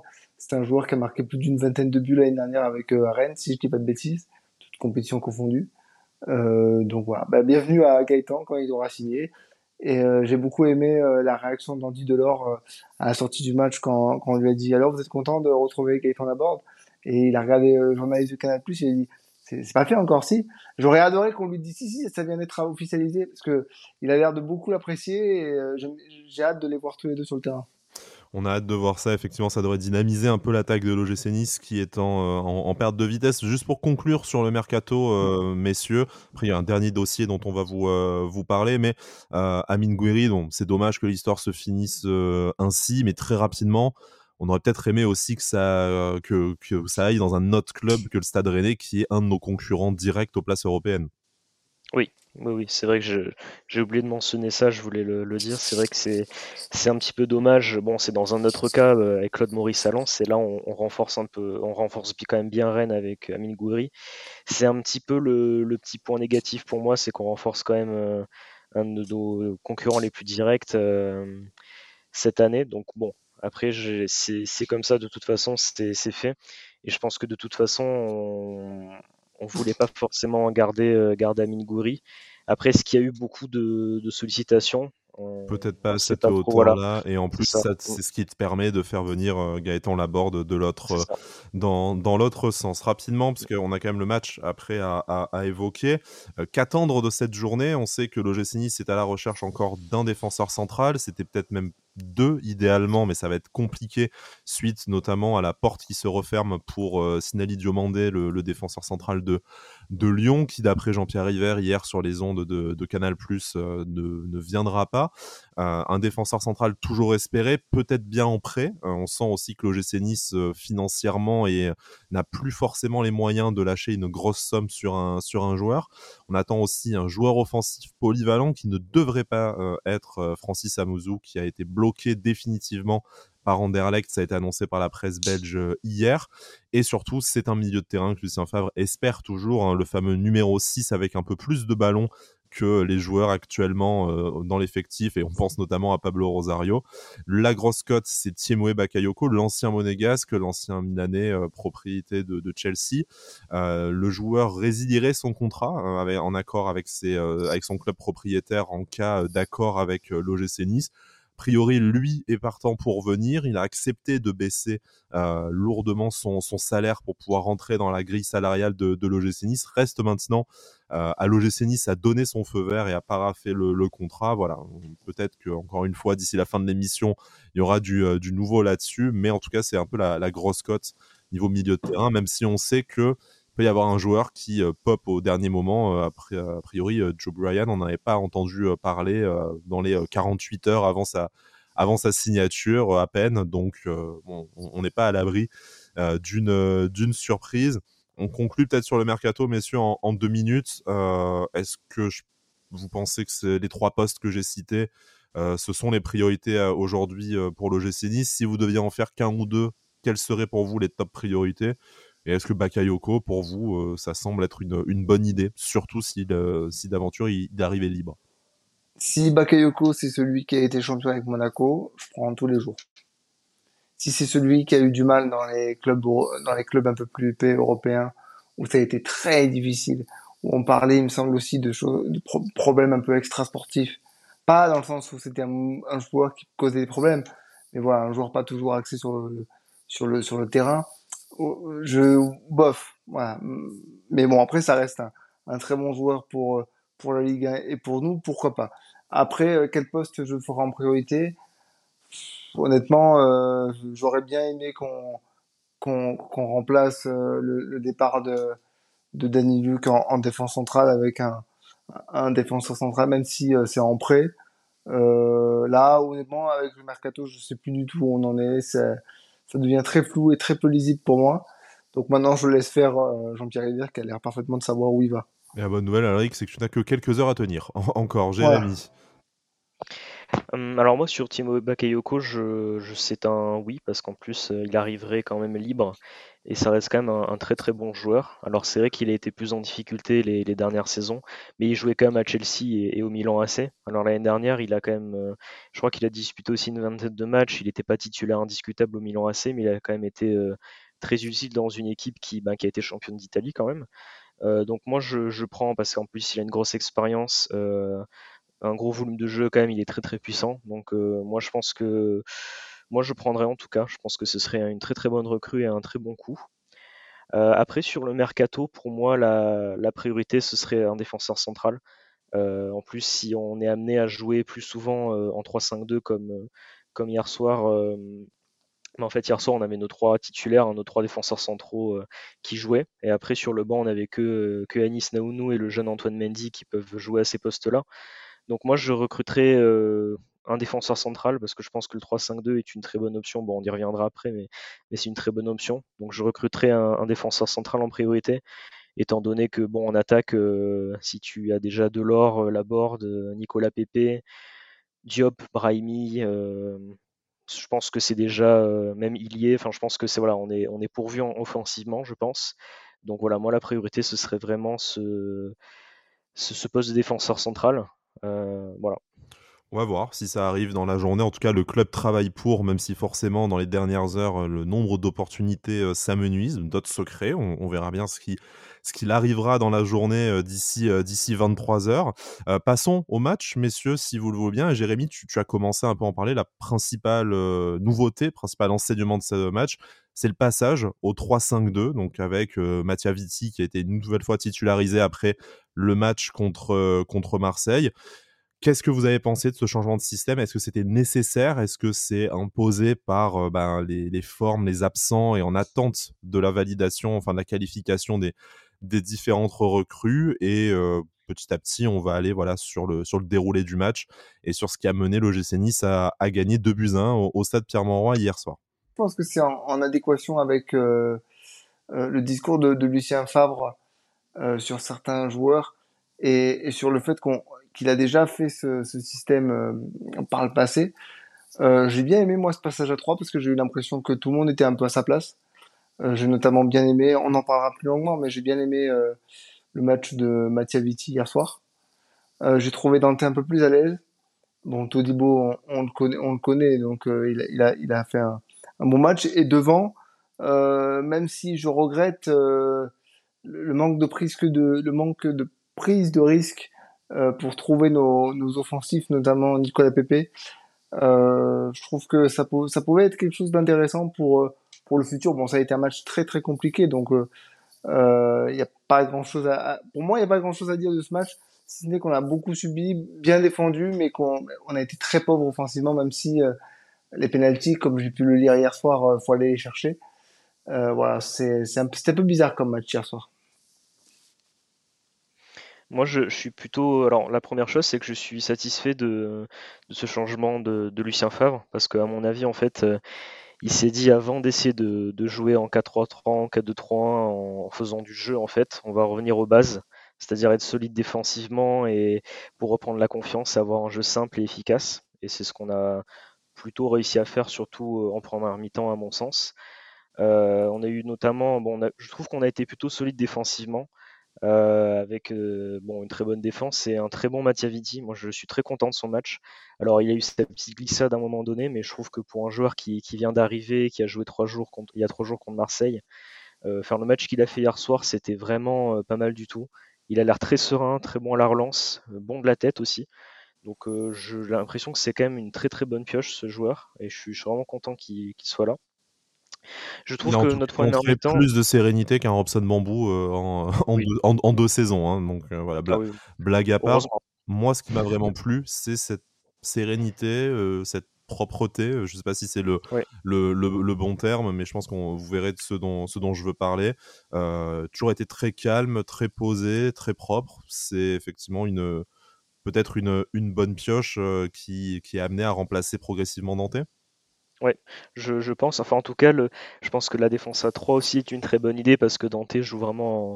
C'est un joueur qui a marqué plus d'une vingtaine de buts l'année dernière avec euh, Rennes, si je dis pas de bêtises, toutes compétitions confondues. Euh, donc voilà, bah, bienvenue à Gaëtan quand il aura signé. Et euh, j'ai beaucoup aimé euh, la réaction d'Andy Delors euh, à la sortie du match quand, quand on lui a dit alors vous êtes content de retrouver Gaëtan Laborde? Et il a regardé euh, le journaliste du Canal Plus et il a dit c'est c'est pas fait encore si. J'aurais adoré qu'on lui dise si si ça vient d'être officialisé parce que il a l'air de beaucoup l'apprécier et euh, j'aime- j'ai hâte de les voir tous les deux sur le terrain. On a hâte de voir ça. Effectivement, ça devrait dynamiser un peu l'attaque de l'O G C Nice qui est en, euh, en, en perte de vitesse. Juste pour conclure sur le mercato, euh, messieurs, après il y a un dernier dossier dont on va vous, euh, vous parler, mais euh, Amine Gouiri, donc c'est dommage que l'histoire se finisse euh, ainsi, mais très rapidement. On aurait peut-être aimé aussi que ça, euh, que, que ça aille dans un autre club que le Stade Rennais, qui est un de nos concurrents directs aux places européennes. Oui, oui, oui, c'est vrai que je, j'ai oublié de mentionner ça, je voulais le, le dire. C'est vrai que c'est, c'est un petit peu dommage. Bon, c'est dans un autre cas euh, avec Claude Maurice à Lens, et là on, on renforce un peu, on renforce bi- quand même bien Rennes avec Amine Gouiri. C'est un petit peu le, le petit point négatif pour moi, c'est qu'on renforce quand même euh, un de nos concurrents les plus directs euh, cette année. Donc bon, après j'ai- c'est, c'est comme ça de toute façon, c'est, c'est fait. Et je pense que de toute façon, on, on voulait pas forcément garder, euh, garder Amine Gouiri. Après, est-ce qu'il y a eu beaucoup de, de sollicitations? On Peut-être pas ne à sait cette pas trop, voilà, hauteur-là, et en c'est plus, ça. ça, Mm, c'est ce qui te permet de faire venir euh, Gaëtan Laborde de l'autre, c'est euh, ça. dans, dans l'autre sens. Rapidement, parce qu'on a quand même le match après à, à, à évoquer. Euh, qu'attendre de cette journée? On sait que l'O G C Nice est à la recherche encore d'un défenseur central. C'était peut-être même deux idéalement, mais ça va être compliqué suite notamment à la porte qui se referme pour euh, Sinali Diomandé, le, le défenseur central de, de Lyon, qui d'après Jean-Pierre River hier sur les ondes de, de Canal+, euh, ne, ne viendra pas. Euh, un défenseur central toujours espéré, peut-être bien en prêt. Euh, on sent aussi que l'O G C Nice euh, financièrement et, euh, n'a plus forcément les moyens de lâcher une grosse somme sur un, sur un joueur. On attend aussi un joueur offensif polyvalent qui ne devrait pas euh, être euh, Francis Amouzou, qui a été bloqué définitivement par Anderlecht. Ça a été annoncé par la presse belge euh, hier. Et surtout, c'est un milieu de terrain que Lucien Favre espère toujours, hein, le fameux numéro six avec un peu plus de ballons que les joueurs actuellement euh, dans l'effectif, et on pense notamment à Pablo Rosario. La grosse cote, c'est Thiemoué Bakayoko, l'ancien monégasque, l'ancien milanais, euh, propriété de, de Chelsea. Euh, le joueur résilierait son contrat euh, avec, en accord avec, ses, euh, avec son club propriétaire en cas d'accord avec euh, l'O G C Nice. A priori, lui est partant pour venir. Il a accepté de baisser euh, lourdement son, son salaire pour pouvoir rentrer dans la grille salariale de, de l'O G C Nice. Reste maintenant euh, à l'O G C Nice a donné son feu vert et a paraphé le, le contrat. Voilà, peut-être que encore une fois d'ici la fin de l'émission, il y aura du, euh, du nouveau là-dessus, mais en tout cas c'est un peu la, la grosse cote niveau milieu de terrain, même si on sait que il peut y avoir un joueur qui euh, pop au dernier moment. Euh, après, a priori, euh, Joe Bryan, on n'avait pas entendu euh, parler euh, dans les euh, quarante-huit heures avant sa avant sa signature euh, à peine, donc euh, bon, on n'est pas à l'abri euh, d'une euh, d'une surprise. On conclut peut-être sur le mercato, messieurs, en, en deux minutes. Euh, est-ce que je, vous pensez que c'est les trois postes que j'ai cités, euh, ce sont les priorités euh, aujourd'hui euh, pour l'O G C Nice? Si vous deviez en faire qu'un ou deux, quelles seraient pour vous les top priorités? Et est-ce que Bakayoko, pour vous, euh, ça semble être une, une bonne idée, surtout si, le, si d'aventure il, il arrivait libre? Si Bakayoko c'est celui qui a été champion avec Monaco, je prends tous les jours. Si c'est celui qui a eu du mal dans les clubs dans les clubs un peu plus épais européens où ça a été très difficile, où on parlait, il me semble aussi de choses, de pro- problèmes un peu extrasportifs, pas dans le sens où c'était un, un joueur qui causait des problèmes, mais voilà, un joueur pas toujours axé sur le sur le sur le terrain. Oh, Je bof, voilà. Mais bon, après ça reste un, un très bon joueur pour pour la Ligue un et pour nous, pourquoi pas. Après, euh, quel poste je ferai en priorité? Honnêtement, euh, j'aurais bien aimé qu'on qu'on qu'on remplace euh, le, le départ de, de Danny Luc en, en défense centrale avec un, un défenseur central, même si euh, c'est en prêt. Euh, là, honnêtement, avec le mercato, je sais plus du tout où on en est. Ça, ça devient très flou et très peu lisible pour moi. Donc maintenant, je laisse faire euh, Jean-Pierre Rivière qui a l'air parfaitement de savoir où il va. Et la bonne nouvelle, Alric, c'est que tu n'as que quelques heures à tenir. En- encore, Voilà. Jérémy. Hum, alors moi sur Timo Bakayoko, je, je- c'est un oui parce qu'en plus euh, il arriverait quand même libre et ça reste quand même un, un très très bon joueur. Alors c'est vrai qu'il a été plus en difficulté les, les dernières saisons, mais il jouait quand même à Chelsea et, et au Milan A C. Alors l'année dernière, il a quand même, euh, je crois qu'il a disputé aussi une vingtaine de matchs. Il n'était pas titulaire indiscutable au Milan A C, mais il a quand même été euh, très utile dans une équipe qui, ben, qui a été championne d'Italie quand même. Euh, donc moi je, je prends parce qu'en plus il a une grosse expérience. Euh, un gros volume de jeu quand même, il est très très puissant. Donc euh, moi je pense que moi je prendrais en tout cas, je pense que ce serait une très très bonne recrue et un très bon coup. Euh, après sur le mercato, pour moi la, la priorité ce serait un défenseur central. Euh, en plus si on est amené à jouer plus souvent euh, en trois cinq deux comme, euh, comme hier soir, euh, mais en fait hier soir on avait nos trois titulaires, hein, nos trois défenseurs centraux euh, qui jouaient. Et après sur le banc on avait que, euh, que Anis Naounou et le jeune Antoine Mendy qui peuvent jouer à ces postes-là. Donc moi, je recruterais euh, un défenseur central parce que je pense que le trois cinq deux est une très bonne option. Bon, on y reviendra après, mais, mais c'est une très bonne option. Donc je recruterais un, un défenseur central en priorité, étant donné que bon, en attaque, euh, si tu as déjà Delors, euh, Laborde, euh, Nicolas Pepe, Diop, Brahimi, euh, je pense que c'est déjà euh, même Ilié. Enfin, je pense que c'est voilà, on est on est pourvu en- offensivement, je pense. Donc voilà, moi la priorité ce serait vraiment ce, ce, ce poste de défenseur central. Euh, voilà. On va voir si ça arrive dans la journée. En tout cas, le club travaille pour, même si forcément, dans les dernières heures, euh, le nombre d'opportunités euh, s'amenuise. D'autres se créent. On, on verra bien ce qui, ce qu'il arrivera dans la journée euh, d'ici, euh, d'ici vingt-trois heures. Euh, passons au match, messieurs, si vous le voulez bien. Et Jérémy, tu, tu as commencé un peu à en parler. La principale euh, nouveauté, principal enseignement de ce match, c'est le passage au trois cinq deux, donc avec euh, Mattia Vitti qui a été une nouvelle fois titularisé après le match contre, euh, contre Marseille. Qu'est-ce que vous avez pensé de ce changement de système? Est-ce que c'était nécessaire? Est-ce que c'est imposé par euh, ben, les, les formes, les absents et en attente de la validation, enfin de la qualification des, des différentes recrues? Et euh, petit à petit, on va aller voilà, sur, le, sur le déroulé du match et sur ce qui a mené l'O G C Nice à, à gagner deux buts à un au, au stade Pierre-Mauroy hier soir. Je pense que c'est en, en adéquation avec euh, euh, le discours de, de Lucien Favre euh, sur certains joueurs et, et sur le fait qu'on qu'il a déjà fait ce, ce système euh, par le passé. Euh, j'ai bien aimé moi ce passage à trois parce que j'ai eu l'impression que tout le monde était un peu à sa place. Euh, j'ai notamment bien aimé, on en parlera plus longuement, mais j'ai bien aimé euh, le match de Mattia Vitti hier soir. Euh, j'ai trouvé Dante un peu plus à l'aise. Bon, Todibo, on, on le connaît, on le connaît, donc euh, il, a, il a, il a fait un, un bon match. Et devant, euh, même si je regrette euh, le, le manque de prise que de, le manque de prise de risque euh, pour trouver nos, nos offensifs, notamment Nicolas Pepe, euh, je trouve que ça, pou- ça pouvait être quelque chose d'intéressant pour euh, pour le futur. Bon, ça a été un match très très compliqué, donc euh, euh, il y a pas grand chose à, à- pour moi, il y a pas grand chose à dire de ce match, si ce n'est qu'on a beaucoup subi, bien défendu, mais qu'on on a été très pauvre offensivement, même si euh, les pénaltys, comme j'ai pu le lire hier soir, euh, faut aller les chercher. Euh, voilà, c'est c'est un, peu- c'était un peu bizarre comme match hier soir. Moi, je, je suis plutôt. Alors, la première chose, c'est que je suis satisfait de, de ce changement de, de Lucien Favre, parce qu'à mon avis, en fait, euh, il s'est dit avant d'essayer de, de jouer en quatre trois trois, en quatre deux trois un, en faisant du jeu, en fait, on va revenir aux bases, c'est-à-dire être solide défensivement et pour reprendre la confiance, avoir un jeu simple et efficace. Et c'est ce qu'on a plutôt réussi à faire, surtout euh, en première mi-temps, à mon sens. Euh, on a eu notamment, bon, on a- je trouve qu'on a été plutôt solide défensivement euh, avec euh, bon, une très bonne défense et un très bon Mattia Vitti. Moi, je suis très content de son match. Alors, il a eu cette petite glissade à un moment donné, mais je trouve que pour un joueur qui, qui vient d'arriver, qui a joué trois jours contre, il y a trois jours contre Marseille, euh, faire le match qu'il a fait hier soir, c'était vraiment euh, pas mal du tout. Il a l'air très serein, très bon à la relance, euh, bon de la tête aussi. Donc, euh, j'ai l'impression que c'est quand même une très très bonne pioche ce joueur, et je suis, je suis vraiment content qu'il qu'il soit là. Je Il trouve a en que tout cas notre première montré mi-temps, plus de sérénité qu'un Robson Bambou euh, en, en, oui, deux, en- en deux saisons. Hein. Donc euh, voilà, ah bla- oui, oui, blague à part. heureusement. Moi, ce qui m'a vraiment plu, c'est cette sérénité, euh, cette propreté. Euh, Je ne sais pas si c'est le, Ouais. le, le, le bon terme, mais je pense qu'on vous verrez de ce dont, ce dont je veux parler. Euh, toujours été très calme, très posé, très propre. C'est effectivement une peut-être une, une bonne pioche euh, qui, qui est amenée à remplacer progressivement Dante. Ouais, je, je pense, enfin en tout cas, le, je pense que la défense à trois aussi est une très bonne idée parce que Dante joue vraiment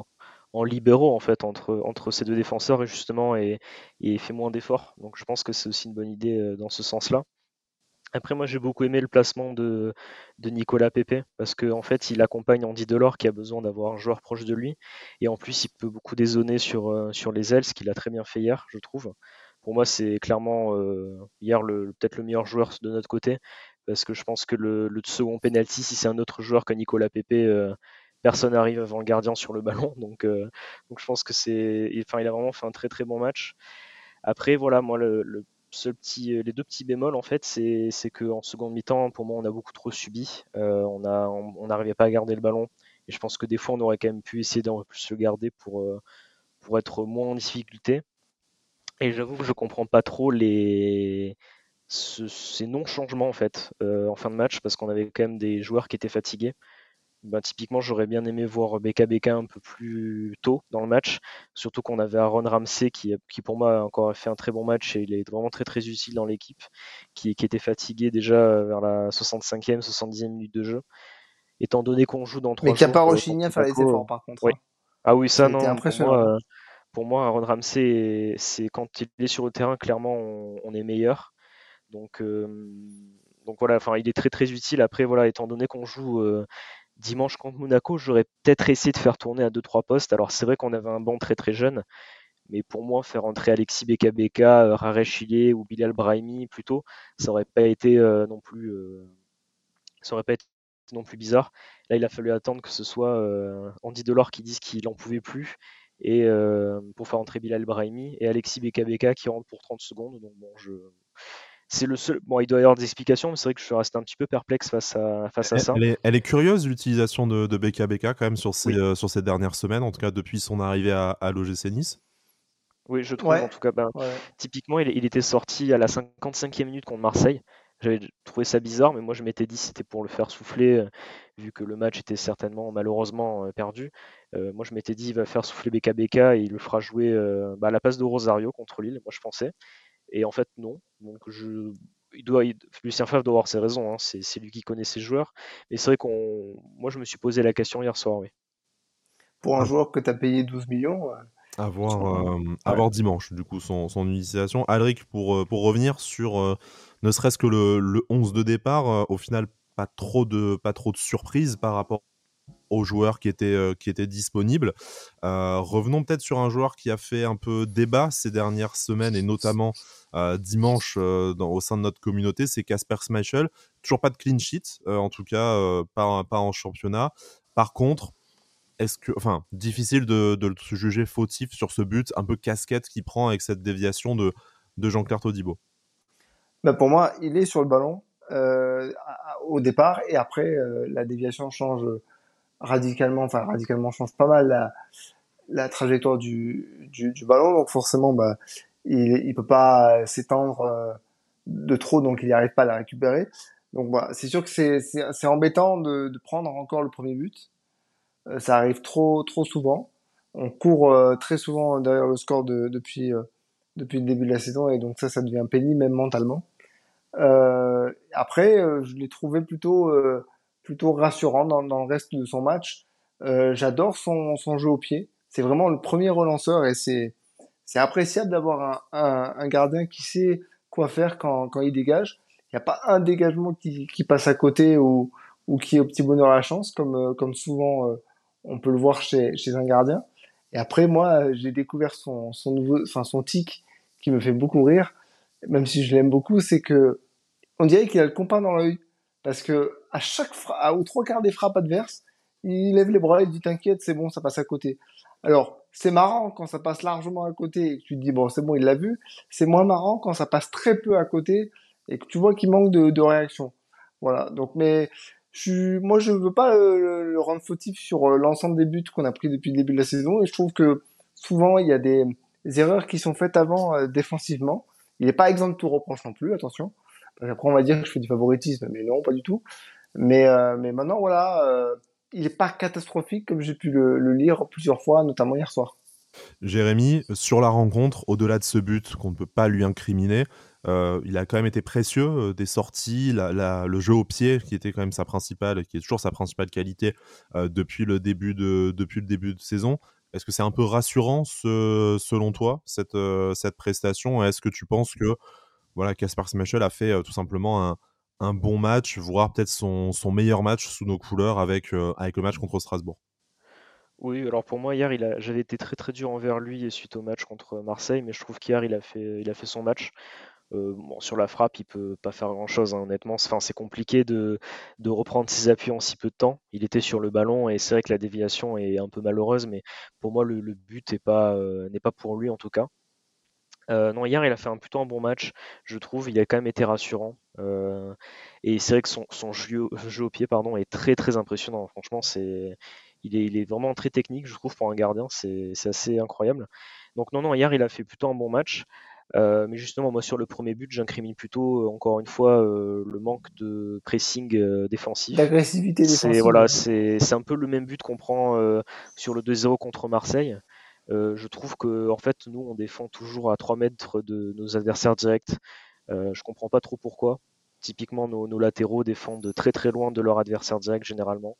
en libéraux en fait entre, entre ces deux défenseurs et justement et, et fait moins d'efforts. Donc je pense que c'est aussi une bonne idée euh, dans ce sens-là. Après, moi, j'ai beaucoup aimé le placement de, de Nicolas Pepe parce qu'en en fait, il accompagne Andy Delors qui a besoin d'avoir un joueur proche de lui. Et en plus, il peut beaucoup dézonner sur, euh, sur les ailes, ce qu'il a très bien fait hier, je trouve. Pour moi, c'est clairement euh, hier le, peut-être le meilleur joueur de notre côté parce que je pense que le, le second penalty, si c'est un autre joueur que Nicolas Pepe, euh, personne n'arrive avant le gardien sur le ballon. Donc, euh, donc je pense que c'est. Enfin, il a vraiment fait un très très bon match. Après, voilà, moi, le, le seul petit, euh, les deux petits bémols, en fait, c'est, c'est qu'en seconde mi-temps, pour moi, on a beaucoup trop subi. Euh, on a, on n'arrivait pas à garder le ballon. Et je pense que des fois, on aurait quand même pu essayer d'en plus le garder pour, euh, pour être moins en difficulté. Et j'avoue que je comprends pas trop les, ce- ces non-changements, en fait, euh, en fin de match, parce qu'on avait quand même des joueurs qui étaient fatigués. Ben, typiquement, j'aurais bien aimé voir B K B K un peu plus tôt dans le match, surtout qu'on avait Aaron Ramsey qui, qui pour moi a encore fait un très bon match et il est vraiment très très utile dans l'équipe, qui, qui était fatigué déjà vers la soixante-cinquième, soixante-dixième minute de jeu. Étant donné qu'on joue dans Mais trois qui a pas jours euh, rechigné contre à faire les Monaco, euh, efforts, par contre, oui. hein. Ah oui, ça C'était non, pour impressionnant. moi, euh, pour moi Aaron Ramsey, c'est quand il est sur le terrain, clairement on, on est meilleur. Donc, euh, donc voilà, enfin il est très très utile. Après voilà, étant donné qu'on joue euh, dimanche contre Monaco, j'aurais peut-être essayé de faire tourner à deux trois postes. Alors c'est vrai qu'on avait un banc très très jeune, mais pour moi faire entrer Alexis Beka Beka, euh, Rare Chile ou Bilal Brahimi plutôt, ça aurait pas été euh, non plus euh, ça aurait pas été non plus bizarre. Là, il a fallu attendre que ce soit euh, Andy Delors qui dise qu'il en pouvait plus et euh, pour faire entrer Bilal Brahimi et Alexis Beka Beka qui rentre pour trente secondes. Donc bon, je c'est le seul. Bon, il doit y avoir des explications, mais c'est vrai que je suis resté un petit peu perplexe face à face à Elle, ça. elle est, elle est curieuse l'utilisation de, de B K B K quand même sur ces, Oui, euh, sur ces dernières semaines, en tout cas depuis son arrivée à, à l'O G C Nice. oui, je trouve en Ouais, tout cas, ben, ouais. typiquement, il, il était sorti à la cinquante-cinquième minute contre Marseille. J'avais trouvé ça bizarre, mais moi je m'étais dit que c'était pour le faire souffler, euh, vu que le match était certainement malheureusement euh, perdu. Euh, moi je m'étais dit il va faire souffler B K B K et il le fera jouer euh, bah, à la place de Rosario contre Lille, moi je pensais. Et en fait non. Donc je, il doit, il- Lucien Favre doit avoir ses raisons, hein. C'est, c'est lui qui connaît ses joueurs. Mais c'est vrai qu'on, moi je me suis posé la question hier soir, oui. Pour un À, joueur que tu as payé douze millions, euh, à voir, Franchement, euh, à ouais. voir dimanche, du coup, son, son utilisation. Alric, pour, euh, pour revenir sur euh, ne serait-ce que le, le onze de départ, euh, au final, pas trop de, pas trop de surprises par rapport aux joueurs qui étaient, euh, qui étaient disponibles. Euh, revenons peut-être sur un joueur qui a fait un peu débat ces dernières semaines et notamment euh, dimanche euh, dans, au sein de notre communauté, c'est Kasper Schmeichel. Toujours pas de clean sheet, euh, en tout cas euh, pas, pas en championnat. Par contre, est-ce que, enfin, difficile de, de se juger fautif sur ce but un peu casquette qu'il prend avec cette déviation de, de Jean-Claire Todibo. bah pour moi, il est sur le ballon euh, à- à- au départ et après, euh, la déviation change radicalement, enfin radicalement change pas mal la, la trajectoire du, du, du ballon. Donc forcément, bah, il, il peut pas s'étendre euh, de trop, donc il n'y arrive pas à la récupérer. Donc bah, c'est sûr que c'est c'est c'est embêtant de, de prendre encore le premier but. Euh, ça arrive trop trop souvent. On court euh, très souvent derrière le score de, depuis euh, depuis le début de la saison et donc ça ça devient pénible même mentalement. Euh, après, euh, je l'ai trouvé plutôt euh, plutôt rassurant dans, dans le reste de son match. Euh, j'adore son, son jeu au pied. C'est vraiment le premier relanceur et c'est c'est appréciable d'avoir un, un, un gardien qui sait quoi faire quand, quand il dégage. Il n'y a pas un dégagement qui, qui passe à côté ou, ou qui est au petit bonheur à la chance, comme, euh, comme souvent euh, on peut le voir chez, chez un gardien. Et après, moi, euh, j'ai découvert son, son nouveau, enfin son tic qui me fait beaucoup rire, même si je l'aime beaucoup, c'est que on dirait qu'il a le compas dans l'œil. Parce que à chaque fra- aux trois quarts des frappes adverses, il lève les bras, il dit t'inquiète, c'est bon, ça passe à côté. Alors, c'est marrant quand ça passe largement à côté et que tu te dis bon, c'est bon, il l'a vu. C'est moins marrant quand ça passe très peu à côté et que tu vois qu'il manque de, de réaction. Voilà. Donc, mais je suis, moi, je veux pas le, le- le rendre fautif sur euh, l'ensemble des buts qu'on a pris depuis le début de la saison et je trouve que souvent il y a des, des erreurs qui sont faites avant euh, défensivement. Il n'est pas exempt de tout reproche non plus, attention. Parce qu'après, on va dire que je fais du favoritisme, mais non, pas du tout. Mais, euh, mais maintenant, voilà, euh, il est pas catastrophique comme j'ai pu le, le lire plusieurs fois, notamment hier soir. Jérémy, sur la rencontre, au-delà de ce but qu'on ne peut pas lui incriminer, euh, il a quand même été précieux euh, des sorties, la, la- le jeu au pied qui était quand même sa principale, qui est toujours sa principale qualité euh, depuis le début de depuis le début de saison. Est-ce que c'est un peu rassurant ce, selon toi, cette, euh, cette prestation? Est-ce que tu penses que voilà, Kasper Schmeichel a fait euh, tout simplement un, un bon match, voire peut-être son, son meilleur match sous nos couleurs avec, euh, avec le match contre Strasbourg? Oui, alors pour moi, hier, il a, j'avais été très très dur envers lui suite au match contre Marseille, mais je trouve qu'hier, il a fait, il a fait son match. Euh, bon, sur la frappe, il peut pas faire grand-chose, hein, honnêtement. C'est- Enfin, c'est compliqué de, de reprendre ses appuis en si peu de temps. Il était sur le ballon et c'est vrai que la déviation est un peu malheureuse, mais pour moi, le, le but n'est pas, euh, n'est pas pour lui en tout cas. Euh, non, hier, il a fait un plutôt un bon match, je trouve. Il a quand même été rassurant. Euh, et c'est vrai que son, son jeu, jeu au pied pardon, est très très impressionnant. Franchement, c'est, il est, il est vraiment très technique, je trouve, pour un gardien. C'est, c'est assez incroyable. Donc, non, non, hier, il a fait plutôt un bon match. Euh, mais justement, moi, sur le premier but, j'incrimine plutôt, euh, encore une fois, euh, le manque de pressing euh, défensif. D'agressivité C'est défensive, voilà, ouais. c'est c'est un peu le même but qu'on prend euh, sur le deux zéro contre Marseille. Euh, je trouve que en fait, nous, on défend toujours à trois mètres de nos adversaires directs. Euh, je comprends pas trop pourquoi. Typiquement, nos, nos latéraux défendent très très loin de leur adversaire direct généralement.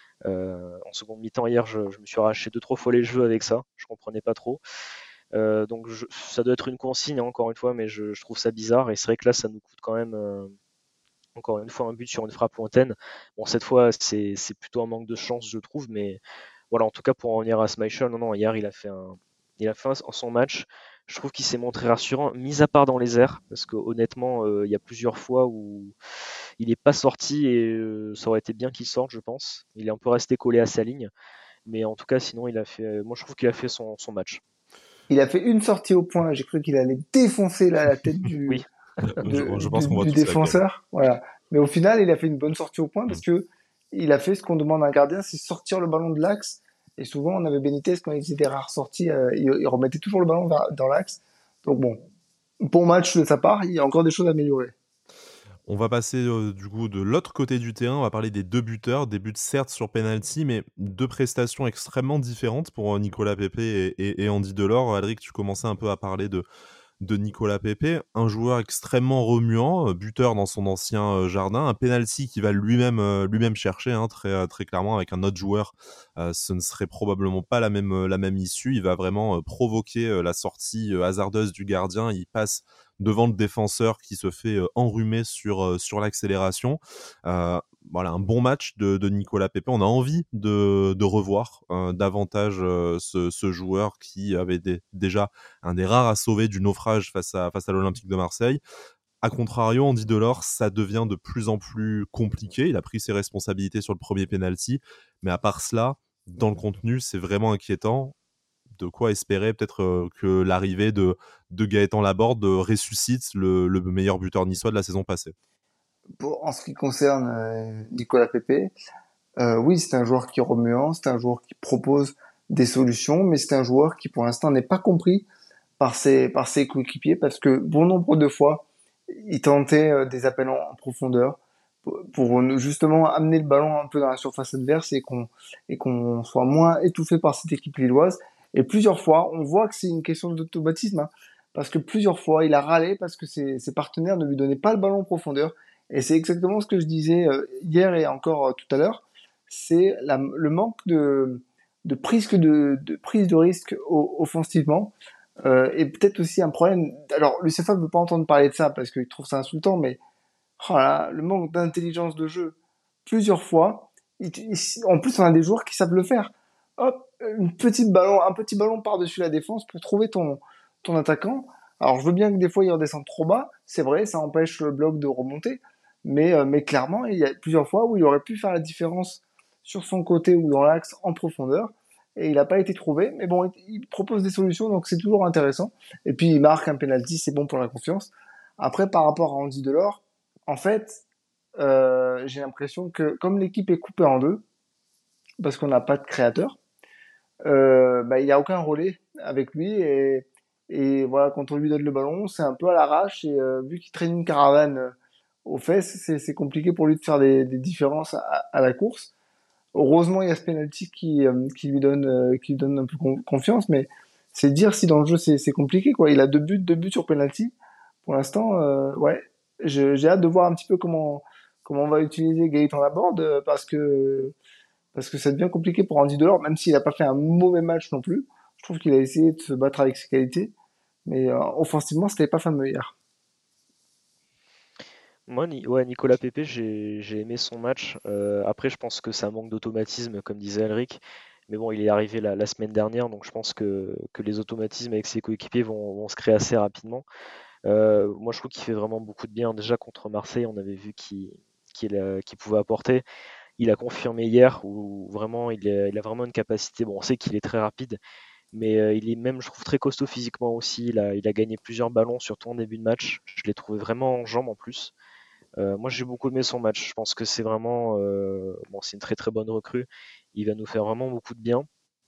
Euh, en seconde mi-temps hier, je, je me suis arraché deux trois fois les cheveux avec ça. Je comprenais pas trop. Euh, donc je- ça doit être une consigne, hein, encore une fois, mais je, je trouve ça bizarre. Et c'est vrai que là, ça nous coûte quand même euh, encore une fois un but sur une frappe lointaine. Bon, cette fois, c'est c'est plutôt un manque de chance, je trouve, mais voilà, en tout cas, pour en revenir à Schmeichel, non, non, hier, il a fait un, il a fait un- son match. Je trouve qu'il s'est montré rassurant, mis à part dans les airs, parce que honnêtement, euh, il y a plusieurs fois où il n'est pas sorti et euh, ça aurait été bien qu'il sorte, je pense. Il est un peu resté collé à sa ligne, mais en tout cas, sinon, il a fait, moi, je trouve qu'il a fait son, son match. Il a fait une sortie au point, j'ai cru qu'il allait défoncer la, la tête du, Oui, je, de, je pense du, qu'on voit du tous laquelle. défenseur. Voilà. Mais au final, il a fait une bonne sortie au point Mm. parce que il a fait ce qu'on demande à un gardien, c'est sortir le ballon de l'axe. Et souvent, on avait Benitez, quand il faisait des rares sorties, euh, il, il remettait toujours le ballon vers- dans l'axe. Donc bon, bon match de sa part, il y a encore des choses à améliorer. On va passer euh, du coup de l'autre côté du terrain, on va parler des deux buteurs, des buts certes sur penalty, mais deux prestations extrêmement différentes pour euh, Nicolas Pepe et, et- et Andy Delors. Alric, tu commençais un peu à parler de, de Nicolas Pepe, un joueur extrêmement remuant, euh, buteur dans son ancien euh, jardin, un penalty qu'il va lui-même euh, lui-même chercher, hein, très, euh, très clairement, avec un autre joueur, euh, ce ne serait probablement pas la même, euh, la même issue. Il va vraiment euh, provoquer euh, la sortie euh, hasardeuse du gardien, il passe devant le défenseur qui se fait euh, enrhumer sur, euh, sur l'accélération. Euh, voilà, un bon match de, de Nicolas Pepe. On a envie de, de revoir euh, davantage euh, ce, ce joueur qui avait des, déjà un des rares à sauver du naufrage face à, face à l'Olympique de Marseille. A contrario, Andy Delors, ça devient de plus en plus compliqué. Il a pris ses responsabilités sur le premier penalty, mais à part cela, dans le contenu, c'est vraiment inquiétant. De quoi espérer peut-être euh, que l'arrivée de, de Gaëtan Laborde ressuscite le, le meilleur buteur niçois de la saison passée. Pour, en ce qui concerne euh, Nicolas Pepe, euh, oui, c'est un joueur qui est remuant, c'est un joueur qui propose des solutions, mais c'est un joueur qui pour l'instant n'est pas compris par ses, par ses coéquipiers parce que bon nombre de fois, il tentait euh, des appels en, en profondeur pour, pour nous justement amener le ballon un peu dans la surface adverse et qu'on et qu'on soit moins étouffé par cette équipe lilloise. Et plusieurs fois, on voit que c'est une question d'automatisme, hein, parce que plusieurs fois, il a râlé parce que ses, ses partenaires ne lui donnaient pas le ballon en profondeur. Et c'est exactement ce que je disais euh, hier et encore euh, tout à l'heure, c'est la- le manque de, de prise que de, de prise de risque au- offensivement. Euh, et peut-être aussi un problème. Alors, le C F A ne veut pas entendre parler de ça parce qu'il trouve ça insultant, mais oh là, le manque d'intelligence de jeu. Plusieurs fois, il- il- en plus, on a des joueurs qui savent le faire. Hop, une petite ballon, un petit ballon par-dessus la défense pour trouver ton, ton attaquant. Alors, je veux bien que des fois, il redescende trop bas. C'est vrai, ça empêche le bloc de remonter. Mais, euh, mais clairement, il y a plusieurs fois où il aurait pu faire la différence sur son côté ou dans l'axe en profondeur. Et il n'a pas été trouvé. Mais bon, il propose des solutions, donc c'est toujours intéressant. Et puis, il marque un penalty, c'est bon pour la confiance. Après, par rapport à Andy Delors, en fait, euh, j'ai l'impression que comme l'équipe est coupée en deux, parce qu'on n'a pas de créateur, euh, bah, il n'y a aucun relais avec lui et, et voilà, quand on lui donne le ballon, c'est un peu à l'arrache et euh, vu qu'il traîne une caravane euh, aux fesses, c'est, c'est compliqué pour lui de faire des, des différences à, à la course. Heureusement, il y a ce penalty qui, euh, qui lui donne, euh, qui lui donne un peu con- confiance, mais c'est dire si dans le jeu c'est, c'est compliqué quoi. Il a deux buts, deux buts sur penalty. Pour l'instant, euh, ouais, je- j'ai hâte de voir un petit peu comment comment on va utiliser Gaëtan Laborde euh, parce que parce que ça devient compliqué pour Andy Delors, même s'il a pas fait un mauvais match non plus. Je trouve qu'il a essayé de se battre avec ses qualités, mais euh, offensivement, c'était pas fameux hier. Moi, Ni- ouais, Nicolas Pepe, j'ai j'ai aimé son match. Euh, après, je pense que ça manque d'automatisme, comme disait Elric. Mais bon, il est arrivé la, la semaine dernière, donc je pense que, que les automatismes avec ses coéquipiers vont, vont se créer assez rapidement. Euh, moi, je trouve qu'il fait vraiment beaucoup de bien. Déjà contre Marseille, on avait vu qu'il qu'il a- qu'il pouvait apporter. Il a confirmé hier où vraiment il, est- il a vraiment une capacité. Bon, on sait qu'il est très rapide, mais euh, il est même, je trouve, très costaud physiquement aussi. Il a, il a gagné plusieurs ballons, surtout en début de match. Je l'ai trouvé vraiment en jambes en plus. Euh, moi, j'ai beaucoup aimé son match. Je pense que c'est vraiment, euh, bon, c'est une très très bonne recrue. Il va nous faire vraiment beaucoup de bien.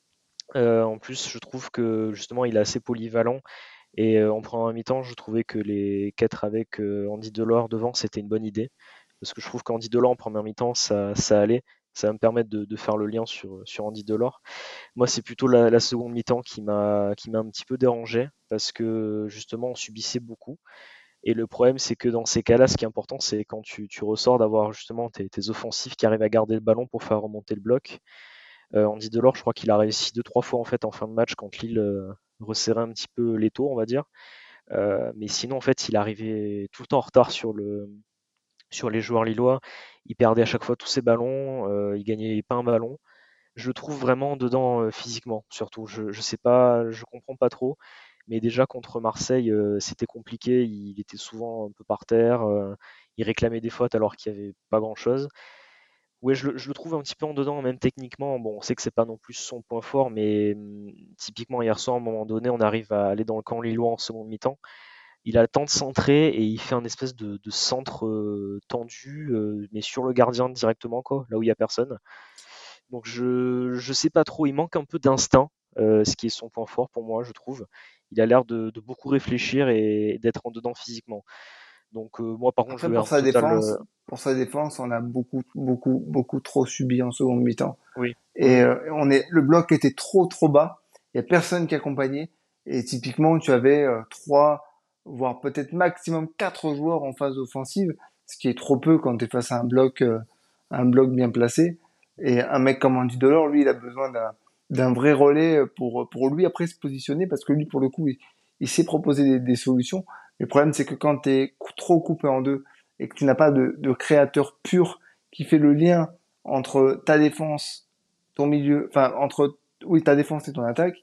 Euh, en plus, je trouve que justement, il est assez polyvalent. Et euh, en première mi-temps, je trouvais que les quatre avec euh, Andy Delors devant, c'était une bonne idée. Parce que je trouve qu'Andy Delors en première mi-temps, ça, ça allait. Ça va me permettre de, de faire le lien sur, sur Andy Delors. Moi, c'est plutôt la, la seconde mi-temps qui m'a qui m'a un petit peu dérangé parce que justement, on subissait beaucoup. Et le problème, c'est que dans ces cas-là, ce qui est important, c'est quand tu, tu ressors d'avoir justement tes, tes offensifs qui arrivent à garder le ballon pour faire remonter le bloc. Euh, Andy Delors, je crois qu'il a réussi deux, trois fois en fait en fin de match quand Lille euh, resserrait un petit peu les taux, on va dire. Euh, mais sinon, en fait, il arrivait tout le temps en retard sur, le, sur les joueurs lillois. Il perdait à chaque fois tous ses ballons. Euh, il gagnait pas un ballon. Je le trouve vraiment dedans euh, physiquement, surtout. Je, je sais pas, je comprends pas trop. Mais déjà contre Marseille, euh, c'était compliqué. Il était souvent un peu par terre. Euh, il réclamait des fautes alors qu'il n'y avait pas grand-chose. Ouais, je, le- je le trouve un petit peu en dedans, même techniquement. Bon, on sait que c'est pas non plus son point fort, mais hum, typiquement hier soir, à un moment donné, on arrive à aller dans le camp lillois en seconde mi-temps. Il a le temps de centrer et il fait un espèce de, de centre euh, tendu, euh, mais sur le gardien directement, quoi, là où il y a personne. Donc je je sais pas trop, il manque un peu d'instinct, euh, ce qui est son point fort pour moi, je trouve. Il a l'air de, de beaucoup réfléchir et d'être en dedans physiquement. Donc euh, moi, par contre, je Après, veux pour un sa total. euh, défense, pour sa défense, on a beaucoup, beaucoup, beaucoup trop subi en seconde mi-temps. Oui, Et oui, euh, on est, le bloc était trop, trop bas. Il y a personne qui accompagnait. Et typiquement, tu avais euh, trois, voire peut-être maximum quatre joueurs en phase offensive, ce qui est trop peu quand tu es face à un bloc, euh, un bloc bien placé. Et un mec comme Andy Delors, lui, il a besoin d'un, d'un vrai relais pour, pour lui après se positionner, parce que lui, pour le coup, il, il sait proposer des, des solutions. Le problème, c'est que quand tu es trop coupé en deux et que tu n'as pas de, de créateur pur qui fait le lien entre ta défense, ton milieu, enfin entre oui ta défense et ton attaque,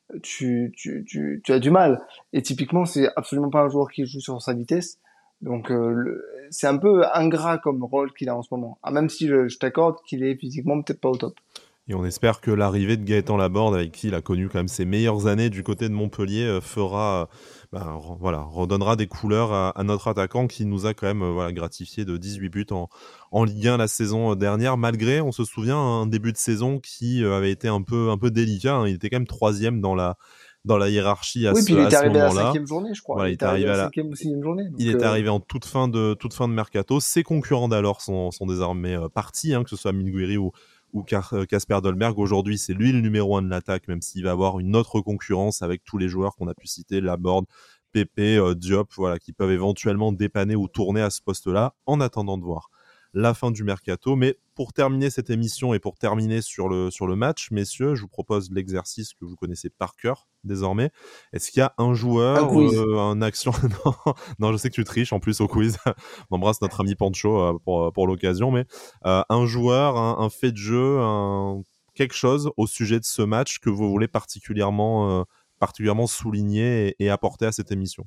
tu, tu, tu, tu as du mal. Et typiquement, c'est absolument pas un joueur qui joue sur sa vitesse. Donc euh, le- c'est un peu ingrat comme rôle qu'il a en ce moment. Ah, même si je, je t'accorde qu'il est physiquement peut-être pas au top. Et on espère que l'arrivée de Gaëtan Laborde, avec qui il a connu quand même ses meilleures années du côté de Montpellier, euh, fera, euh, bah, re- voilà, redonnera des couleurs à, à notre attaquant qui nous a quand même euh, voilà, gratifié de dix-huit buts en, en Ligue un la saison dernière, malgré, on se souvient, un début de saison qui euh, avait été un peu, un peu délicat. Hein. Il était quand même troisième dans la, dans la hiérarchie à Oui, ce, puis il à était ce arrivé à la moment-là. cinquième journée, je crois. Voilà, Il il était était arrivé à arrivé la à la, cinquième ou sixième journée. il Donc est euh, arrivé en toute fin de, toute fin de mercato. Ses concurrents d'alors sont, sont désormais euh, partis, hein, que ce soit Minguiri ou, ou Casper Dolberg. Aujourd'hui, c'est lui le numéro un de l'attaque, même s'il va avoir une autre concurrence avec tous les joueurs qu'on a pu citer, Laborde, Pépé, euh, Diop, voilà, qui peuvent éventuellement dépanner ou tourner à ce poste-là, en attendant de voir la fin du mercato. Mais pour terminer cette émission et pour terminer sur le, sur le match, messieurs, je vous propose l'exercice que vous connaissez par cœur désormais. Est-ce qu'il y a un un joueur, quiz. euh, un action non, non, je sais que tu triches en plus au quiz. On embrasse notre ami Pancho euh, pour, pour l'occasion, mais euh, un joueur, un, un fait de jeu, un, quelque chose au sujet de ce match que vous voulez particulièrement, euh, particulièrement souligner et, et apporter à cette émission.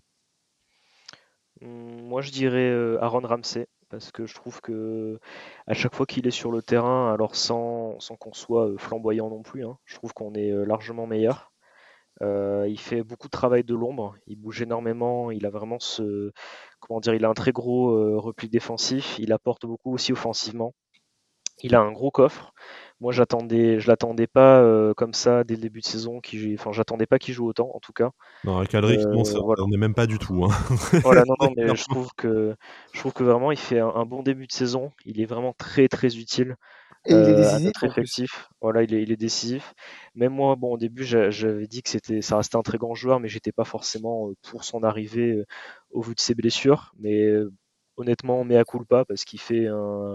hum, moi je dirais euh, Aaron Ramsey parce que je trouve que à chaque fois qu'il est sur le terrain, alors sans, sans qu'on soit euh, flamboyant non plus, hein, je trouve qu'on est euh, largement meilleur. Euh, il fait beaucoup de travail de l'ombre, il bouge énormément, il a vraiment ce, comment dire, il a un très gros euh, repli défensif, il apporte beaucoup aussi offensivement. Il a un gros coffre. Moi, j'attendais, je l'attendais pas euh, comme ça dès le début de saison. Qui, enfin, j'attendais pas qu'il joue autant, en tout cas. Non, avec Alric, non, Euh, ça, voilà. on n'est même pas du tout. Hein. Voilà, non, non, mais je trouve que je trouve que vraiment, il fait un, un bon début de saison. Il est vraiment très, très utile Et il est euh, à décisif notre en plus. effectif. Voilà, il est, il est décisif. Même moi, bon, au début, j'a- j'avais dit que c'était, ça restait un très grand joueur, mais j'étais pas forcément euh, pour son arrivée euh, au vu de ses blessures. Mais euh, honnêtement, mea culpa parce qu'il fait un,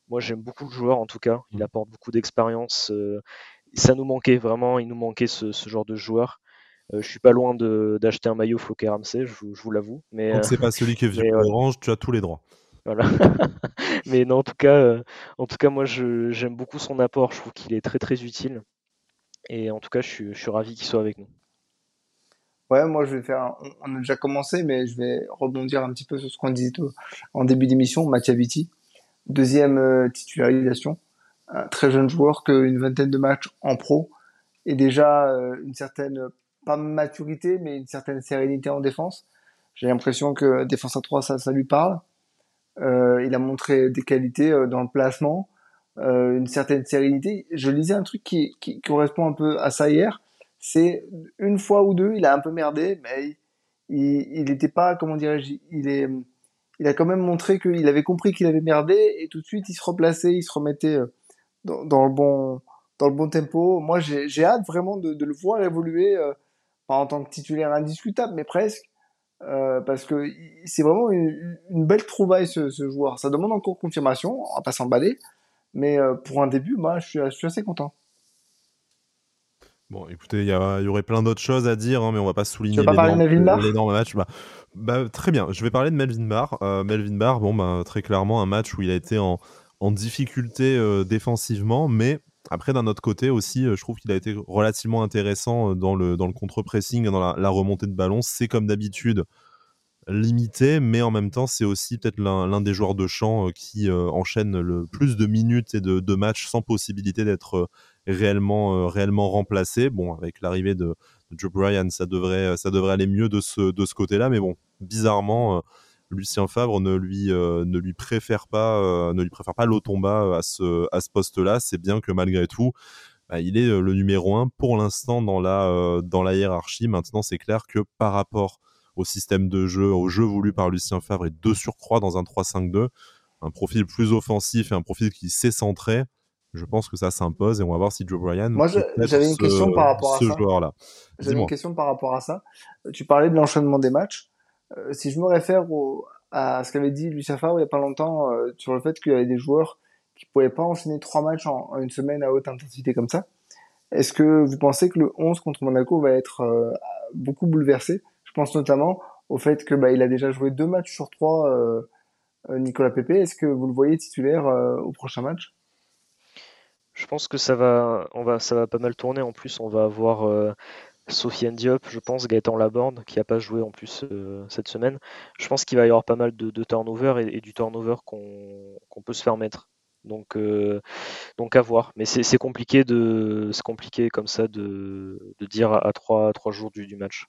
Moi, j'aime beaucoup le joueur, en tout cas. Il Mmh. apporte beaucoup d'expérience. euh, ça nous manquait vraiment, il nous manquait ce, ce genre de joueur. Euh, je suis pas loin de, d'acheter un maillot floqué Ramsey, je vous, je vous l'avoue. Mais, Tant euh, que c'est pas celui qui est mais voilà. violet-orange, tu as tous les droits. Voilà. Mais non, en tout cas, euh, en tout cas moi, je, j'aime beaucoup son apport. Je trouve qu'il est très très utile. Et en tout cas, je suis, je suis ravi qu'il soit avec nous. Ouais, moi je vais faire. un- On on a déjà commencé, mais je vais rebondir un petit peu sur ce qu'on disait tout- en début d'émission. Mattia Vitti, deuxième euh, titularisation, un très jeune joueur, qu'une vingtaine de matchs en pro, et déjà euh, une certaine, pas maturité, mais une certaine sérénité en défense. J'ai l'impression que défense à trois, ça, ça lui parle. Euh, il a montré des qualités euh, dans le placement, euh, une certaine sérénité. Je lisais un truc qui, qui correspond un peu à ça hier. C'est une fois ou deux, il a un peu merdé, mais il, il était pas, comment dirais-je, il est, il a quand même montré qu'il avait compris qu'il avait merdé et tout de suite il se replaçait, il se remettait euh, dans, dans le bon, dans le bon tempo. Moi, j'ai, j'ai hâte vraiment de, de le voir évoluer, euh, pas en tant que titulaire indiscutable, mais presque. Euh, parce que c'est vraiment une, une belle trouvaille ce, ce joueur. Ça demande encore confirmation, on va pas s'emballer, mais euh, pour un début, moi, je suis, je suis assez content. Bon, écoutez, il y, a- il y aurait plein d'autres choses à dire, hein, mais on va pas Tu veux souligner pas parler de l'énorme, Melvin Barr? l'énorme match. Bah, bah, très bien, je vais parler de Melvin Barr. Euh, Melvin Barr, bon, bah, très clairement, un match où il a été en, en difficulté euh, défensivement, mais après, d'un autre côté aussi, euh, je trouve qu'il a été relativement intéressant euh, dans le, dans le contre-pressing, dans la, la remontée de ballon. C'est comme d'habitude limité, mais en même temps, c'est aussi peut-être l'un, l'un des joueurs de champ euh, qui euh, enchaîne le plus de minutes et de, de matchs sans possibilité d'être euh, réellement, euh, réellement remplacé. Bon, avec l'arrivée de, de Joe Bryan, ça devrait, ça devrait aller mieux de ce, de ce côté-là, mais bon, bizarrement, euh, Lucien Favre ne lui, euh, ne lui préfère pas, euh, ne lui préfère pas Lotomba à ce, à ce poste-là. C'est bien que malgré tout, bah, il est euh, le numéro un pour l'instant dans la, euh, dans la hiérarchie. Maintenant, c'est clair que par rapport au système de jeu, au jeu voulu par Lucien Favre et de surcroît dans un trois cinq deux, un profil plus offensif et un profil qui sait centrer, je pense que ça s'impose et on va voir si Joe Bryan Moi, je- peut être j'avais une ce, question par rapport à ce ça. joueur-là. J'avais une Dis-moi. question par rapport à ça. Euh, Tu parlais de l'enchaînement des matchs. Euh, si je me réfère au, à ce qu'avait dit Lucien Favre il y a pas longtemps euh, sur le fait qu'il y avait des joueurs qui pouvaient pas enchaîner trois matchs en, en une semaine à haute intensité comme ça, est-ce que vous pensez que le onze contre Monaco va être euh, beaucoup bouleversé? Je pense notamment au fait que bah, il a déjà joué deux matchs sur trois, euh, euh, Nicolas Pepe. Est-ce que vous le voyez titulaire euh, au prochain match? Je pense que ça va, on va, ça va pas mal tourner. En plus, on va avoir euh, Sofiane Diop, je pense, Gaëtan Laborde, qui a pas joué en plus euh, cette semaine. Je pense qu'il va y avoir pas mal de, de turnover et, et du turnover qu'on qu'on peut se faire mettre. Donc, euh, donc à voir. Mais c'est c'est compliqué de, c'est compliqué comme ça de, de dire à trois, trois jours du, du match.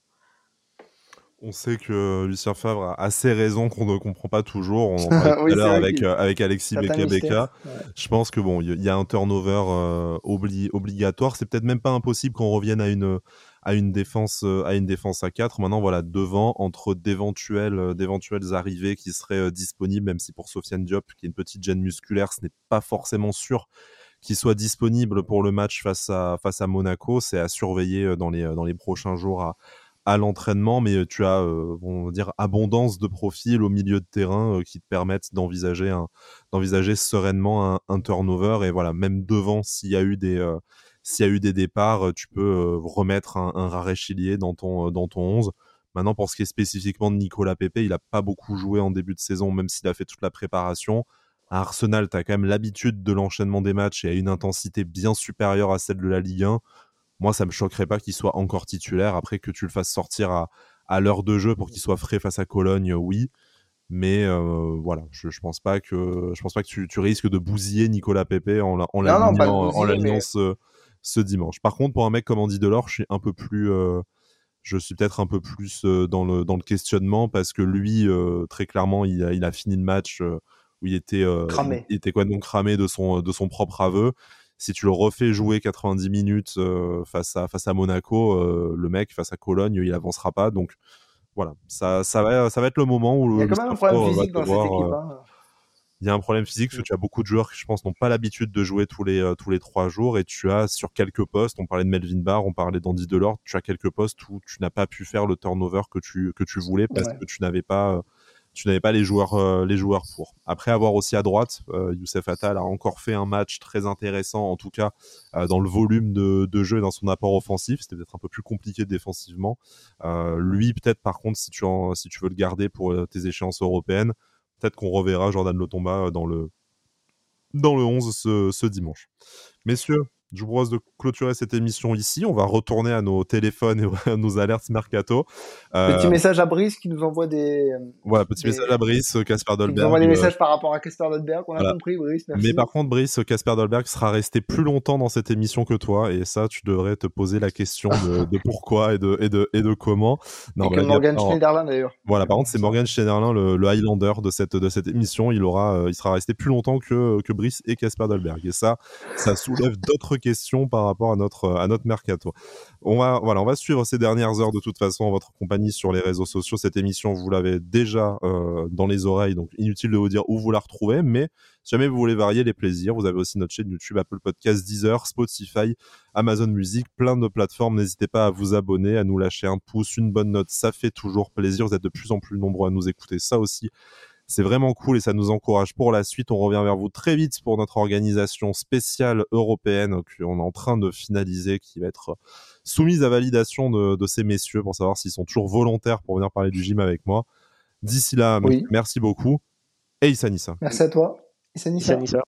On sait que Lucien Favre a assez raison qu'on ne comprend pas toujours. On en parlait tout à Oui, c'est l'heure vrai avec, qu'il euh, avec Alexis certains Beka Beka. mystères. Ouais. Je pense que bon, il y, y a un turnover euh, obli- obligatoire. C'est peut-être même pas impossible qu'on revienne à une, à une défense, euh, à une défense à quatre. Maintenant, voilà, devant, entre d'éventuelles, euh, d'éventuelles arrivées qui seraient euh, disponibles, même si pour Sofiane Diop, qui est une petite gêne musculaire, ce n'est pas forcément sûr qu'il soit disponible pour le match face à, face à Monaco. C'est à surveiller euh, dans les, dans les prochains jours à, à l'entraînement, mais tu as, euh, on va dire, abondance de profils au milieu de terrain euh, qui te permettent d'envisager, un, d'envisager sereinement un, un turnover. Et voilà, même devant, s'il y a eu des, euh, s'il y a eu des départs, euh, tu peux euh, remettre un, un Raré Chilier dans ton, euh, dans ton onze. Maintenant, pour ce qui est spécifiquement de Nicolas Pepe, il n'a pas beaucoup joué en début de saison, même s'il a fait toute la préparation. À Arsenal, tu as quand même l'habitude de l'enchaînement des matchs et à une intensité bien supérieure à celle de la Ligue un. Moi, ça me choquerait pas qu'il soit encore titulaire. Après, que tu le fasses sortir à, à l'heure de jeu pour qu'il soit frais face à Cologne, oui. Mais euh, voilà, je, je pense pas que je pense pas que tu, tu risques de bousiller Nicolas Pepe en, la- en Non, non, pas de l'alignant en bousiller, l'alignant mais ce, ce dimanche. Par contre, pour un mec comme Andy Delors, je suis un peu plus euh, je suis peut-être un peu plus euh, dans le dans le questionnement parce que lui, euh, très clairement, il a, il a fini le match euh, où il était euh, il, cramé. il était quoi donc cramé de son de son propre aveu. Si tu le refais jouer quatre-vingt-dix minutes euh, face à face à Monaco, euh, le mec face à Cologne, il avancera pas. Donc voilà, ça ça va ça va être le moment Il y où a quand même Lucien un problème Favre va physique dans cette devoir équipe. euh, Hein. il y a un problème physique parce que Mm. tu as beaucoup de joueurs qui, je pense, n'ont pas l'habitude de jouer tous les, euh, tous les trois jours et tu as sur quelques postes, on parlait de Melvin Barr, on parlait d'Andy Delors, tu as quelques postes où tu n'as pas pu faire le turnover que tu, que tu voulais parce Ouais. que tu n'avais pas, euh, tu n'avais pas les joueurs, euh, les joueurs pour. Après, avoir aussi à droite, euh, Youssef Attal a encore fait un match très intéressant, en tout cas euh, dans le volume de, de jeu et dans son apport offensif. C'était peut-être un peu plus compliqué défensivement. Euh, lui, peut-être par contre, si tu, en, si tu veux le garder pour euh, tes échéances européennes, peut-être qu'on reverra Jordan Lotomba dans le, dans le onze ce, ce dimanche. Messieurs, je vous propose de clôturer cette émission ici. On va retourner à nos téléphones et à nos alertes mercato. Euh, Petit message à Brice qui nous envoie des. Voilà, petit des... message à Brice, Casper qui nous Dolberg. envoie des euh, messages par rapport à Casper Dolberg. On a voilà. compris, Brice, merci. Mais par contre, Brice, Casper Dolberg sera resté plus longtemps dans cette émission que toi, et ça, tu devrais te poser la question de, de pourquoi et de, et de, et de comment. Non, et que blague à Morgan part, Schneiderlin d'ailleurs. Voilà, par contre, c'est Morgan Schneiderlin, le, le Highlander de cette, de cette émission. Il, aura, euh, il sera resté plus longtemps que, que Brice et Casper Dolberg. Et ça, ça soulève d'autres questions par rapport à notre, à notre mercato. On va, voilà, on va suivre ces dernières heures de toute façon en votre compagnie sur les réseaux sociaux. Cette émission, vous l'avez déjà euh, dans les oreilles, donc inutile de vous dire où vous la retrouvez. Mais si jamais vous voulez varier les plaisirs, vous avez aussi notre chaîne YouTube, Apple Podcasts, Deezer, Spotify, Amazon Music, plein de plateformes. N'hésitez pas à vous abonner, à nous lâcher un pouce, une bonne note, ça fait toujours plaisir. Vous êtes de plus en plus nombreux à nous écouter, ça aussi, c'est vraiment cool et ça nous encourage pour la suite. On revient vers vous très vite pour notre organisation spéciale européenne qu'on est en train de finaliser, qui va être soumise à validation de, de ces messieurs pour savoir s'ils sont toujours volontaires pour venir parler du gym avec moi. D'ici là, oui. merci beaucoup et Issa Nissa. Merci à toi. Issa Nissa. Issa Nissa.